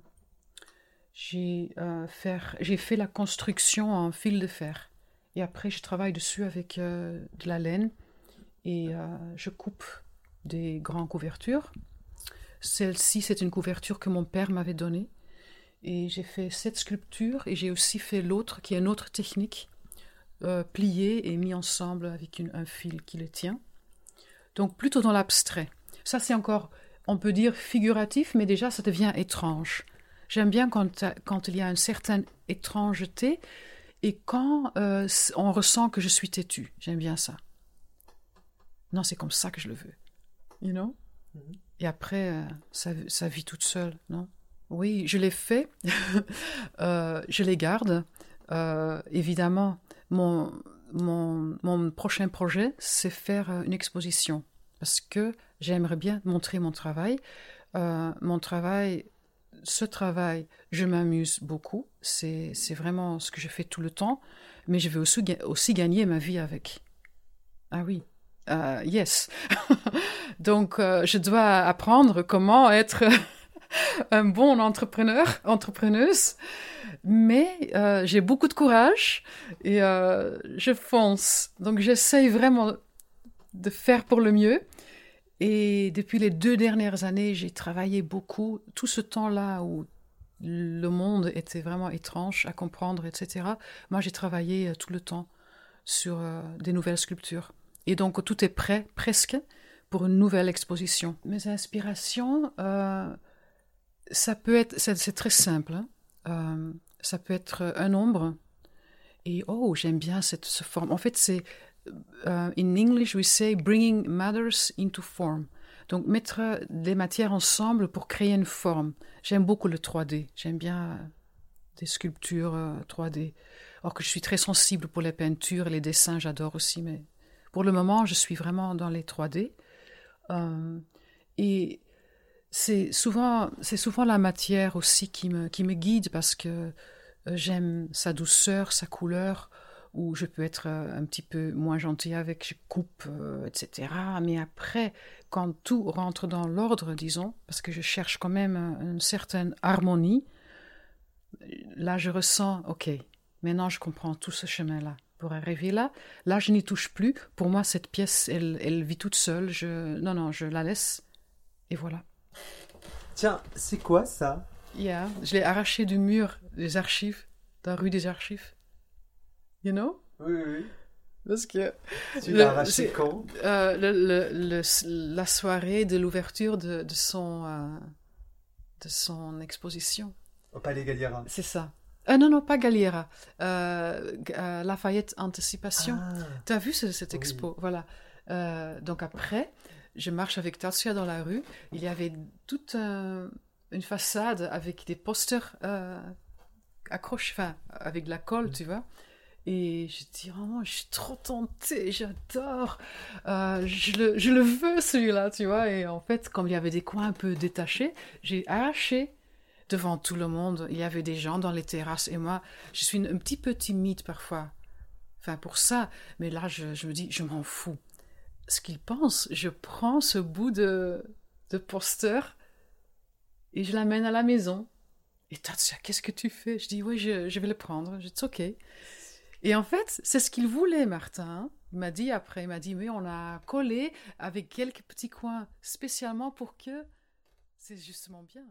j'ai euh, faire, j'ai fait la construction en fil de fer. Et après, je travaille dessus avec euh, de la laine et euh, je coupe des grandes couvertures. Celle-ci, c'est une couverture que mon père m'avait donnée. Et j'ai fait cette sculpture et j'ai aussi fait l'autre, qui est une autre technique, euh, pliée et mis ensemble avec une, un fil qui le tient. Donc plutôt dans l'abstrait. Ça, c'est encore, on peut dire figuratif, mais déjà, ça devient étrange. J'aime bien quand, quand il y a une certaine étrangeté, et quand euh, on ressent que je suis têtue, j'aime bien ça. Non, c'est comme ça que je le veux. You know? Mm-hmm. Et après, euh, ça, ça vit toute seule, non? Oui, je l'ai fait. euh, je les garde. Euh, évidemment, mon, mon, mon prochain projet, c'est faire une exposition. Parce que j'aimerais bien montrer mon travail. Euh, mon travail... Ce travail, je m'amuse beaucoup, c'est, c'est vraiment ce que je fais tout le temps, mais je veux aussi, aussi gagner ma vie avec. Ah oui, uh, yes. Donc, euh, je dois apprendre comment être un bon entrepreneur, entrepreneuse, mais euh, j'ai beaucoup de courage et euh, je fonce. Donc, j'essaye vraiment de faire pour le mieux. Et depuis les deux dernières années, j'ai travaillé beaucoup. Tout ce temps-là où le monde était vraiment étrange à comprendre, et cetera. Moi, j'ai travaillé tout le temps sur euh, des nouvelles sculptures. Et donc, tout est prêt, presque, pour une nouvelle exposition. Mes inspirations, euh, ça peut être... C'est, c'est très simple. Hein. Euh, ça peut être un ombre. Et oh, j'aime bien cette, cette forme. En fait, c'est uh, in English we say bringing matters into form. Donc, mettre des matières ensemble pour créer une forme. J'aime beaucoup le trois D. J'aime bien des sculptures euh, trois D. Or que je suis très sensible pour les peintures et les dessins, j'adore aussi. Mais pour le moment, je suis vraiment dans les trois D. Euh, et c'est souvent, c'est souvent la matière aussi qui me, qui me guide parce que euh, j'aime sa douceur, sa couleur, où je peux être euh, un petit peu moins gentille avec, je coupe, euh, et cetera. Mais après, quand tout rentre dans l'ordre, disons, parce que je cherche quand même une certaine harmonie, là je ressens, ok, maintenant je comprends tout ce chemin-là. Pour arriver là, là je n'y touche plus. Pour moi, cette pièce, elle, elle vit toute seule. Je, non, non, je la laisse. Et voilà.
Tiens, c'est quoi ça?
Yeah, je l'ai arraché du mur des archives, de la rue des archives. You know?
Oui, oui, oui.
Parce que...
Tu l'as arraché
c'est,
quand?
euh, le, le, le, La soirée de l'ouverture de, de, son, euh, de son exposition.
Au Palais Galliera.
C'est ça. Euh, non, non, pas Galliera. Euh, euh, Lafayette Anticipation. Ah, tu as vu ce, cette expo? Oui. Voilà. Euh, donc après, je marche avec Tassia dans la rue. Il y avait toute un, une façade avec des posters euh, accrochés, enfin, avec de la colle, mmh. tu vois. Et je dis, vraiment, je suis trop tentée, j'adore. Euh, je, le, je le veux, celui-là, tu vois. Et en fait, comme il y avait des coins un peu détachés, j'ai arraché devant tout le monde. Il y avait des gens dans les terrasses. Et moi, je suis un petit peu timide parfois. Enfin, pour ça. Mais là, je, je me dis, je m'en fous. Ce qu'ils pensent, je prends ce bout de, de poster et je l'amène à la maison. Et Tatsia, qu'est-ce que tu fais? Je dis, oui, je, je vais le prendre. Je dis, ok. Et en fait, c'est ce qu'il voulait, Martin. Il m'a dit après, il m'a dit, mais on a collé avec quelques petits coins spécialement pour que c'est justement bien.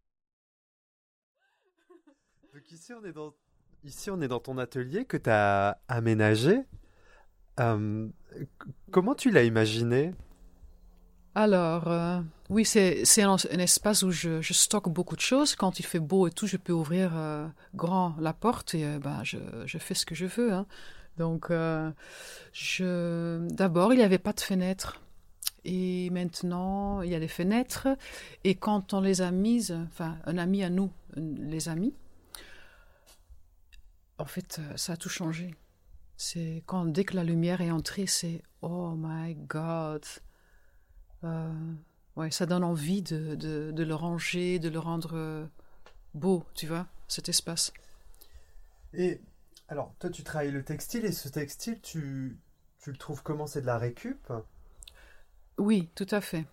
Donc ici, on est dans, ici, on est dans ton atelier que tu as aménagé. Euh, comment tu l'as imaginé?
Alors, euh, oui, c'est, c'est un, un espace où je, je stocke beaucoup de choses. Quand il fait beau et tout, je peux ouvrir euh, grand la porte et euh, ben, je, je fais ce que je veux. Hein. Donc, euh, je... d'abord, il n'y avait pas de fenêtres. Et maintenant, il y a des fenêtres. Et quand on les a mises, enfin, un ami à nous les a mis, en fait, ça a tout changé. C'est quand, dès que la lumière est entrée, c'est « Oh my God !» Euh, ouais, ça donne envie de, de, de le ranger, de le rendre euh, beau, tu vois, cet espace.
Et alors, toi, tu travailles le textile, et ce textile, tu, tu le trouves comment? C'est de la récup?
Oui, tout à fait.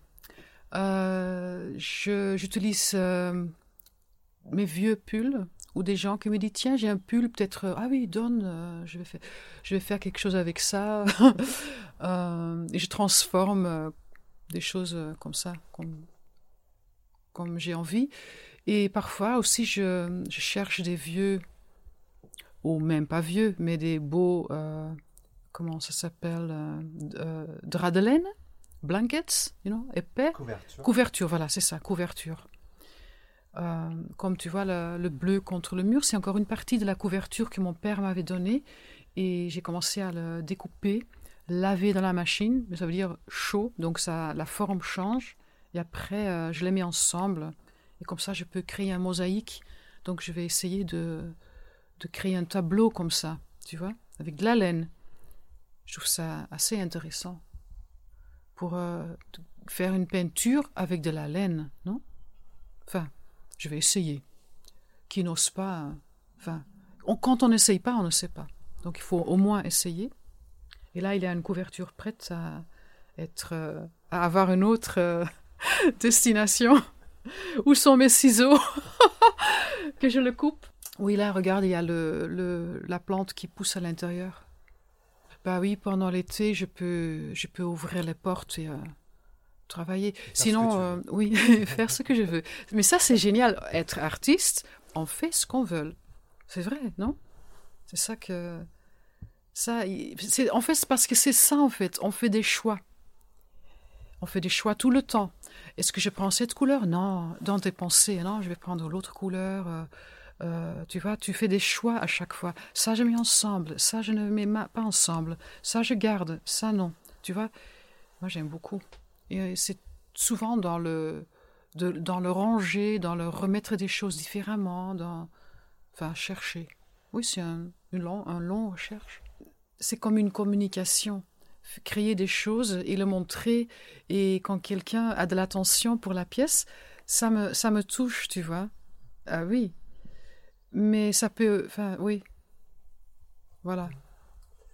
Euh, je, j'utilise euh, mes vieux pulls, ou des gens qui me disent, tiens, j'ai un pull, peut-être, euh, ah oui, donne, euh, je, vais faire, je vais faire quelque chose avec ça. euh, et je transforme... Euh, des choses comme ça, comme, comme j'ai envie. Et parfois aussi, je, je cherche des vieux, ou même pas vieux, mais des beaux, euh, comment ça s'appelle, euh, euh, draps de laine, blankets, you know, épais.
Couverture.
Couverture, voilà, c'est ça, couverture. Euh, comme tu vois, le, le bleu contre le mur, c'est encore une partie de la couverture que mon père m'avait donnée. Et j'ai commencé à le découper, laver dans la machine, mais ça veut dire chaud, donc ça, la forme change. Et après, euh, je les mets ensemble. Et comme ça, je peux créer un mosaïque. Donc, je vais essayer de, de créer un tableau comme ça, tu vois, avec de la laine. Je trouve ça assez intéressant. Pour euh, faire une peinture avec de la laine, non? Enfin, je vais essayer. Qui n'ose pas... Enfin, on, quand on n'essaye pas, on ne sait pas. Donc, il faut au moins essayer. Et là, il y a une couverture prête à, être, euh, à avoir une autre euh, destination. Où sont mes ciseaux? Que je le coupe. Oui, là, regarde, il y a le, le, la plante qui pousse à l'intérieur. Bah oui, pendant l'été, je peux, je peux ouvrir les portes et euh, travailler. Faire Sinon, euh, oui, faire ce que je veux. Mais ça, c'est génial. Être artiste, on fait ce qu'on veut. C'est vrai, non? C'est ça que... Ça, c'est, en fait, c'est parce que c'est ça, en fait. On fait des choix. On fait des choix tout le temps. Est-ce que je prends cette couleur? Non. Dans tes pensées, non, je vais prendre l'autre couleur. Euh, Euh, tu vois, tu fais des choix à chaque fois. Ça, je mets ensemble. Ça, je ne mets pas ensemble. Ça, je garde. Ça, non. Tu vois, moi, j'aime beaucoup. Et c'est souvent dans le, de, dans le ranger, dans le remettre des choses différemment, dans, enfin, chercher. Oui, c'est un, une long, un long recherche. C'est comme une communication. Créer des choses et le montrer. Et quand quelqu'un a de l'attention pour la pièce, ça me, ça me touche, tu vois. Ah oui. Mais ça peut... Enfin, oui. Voilà.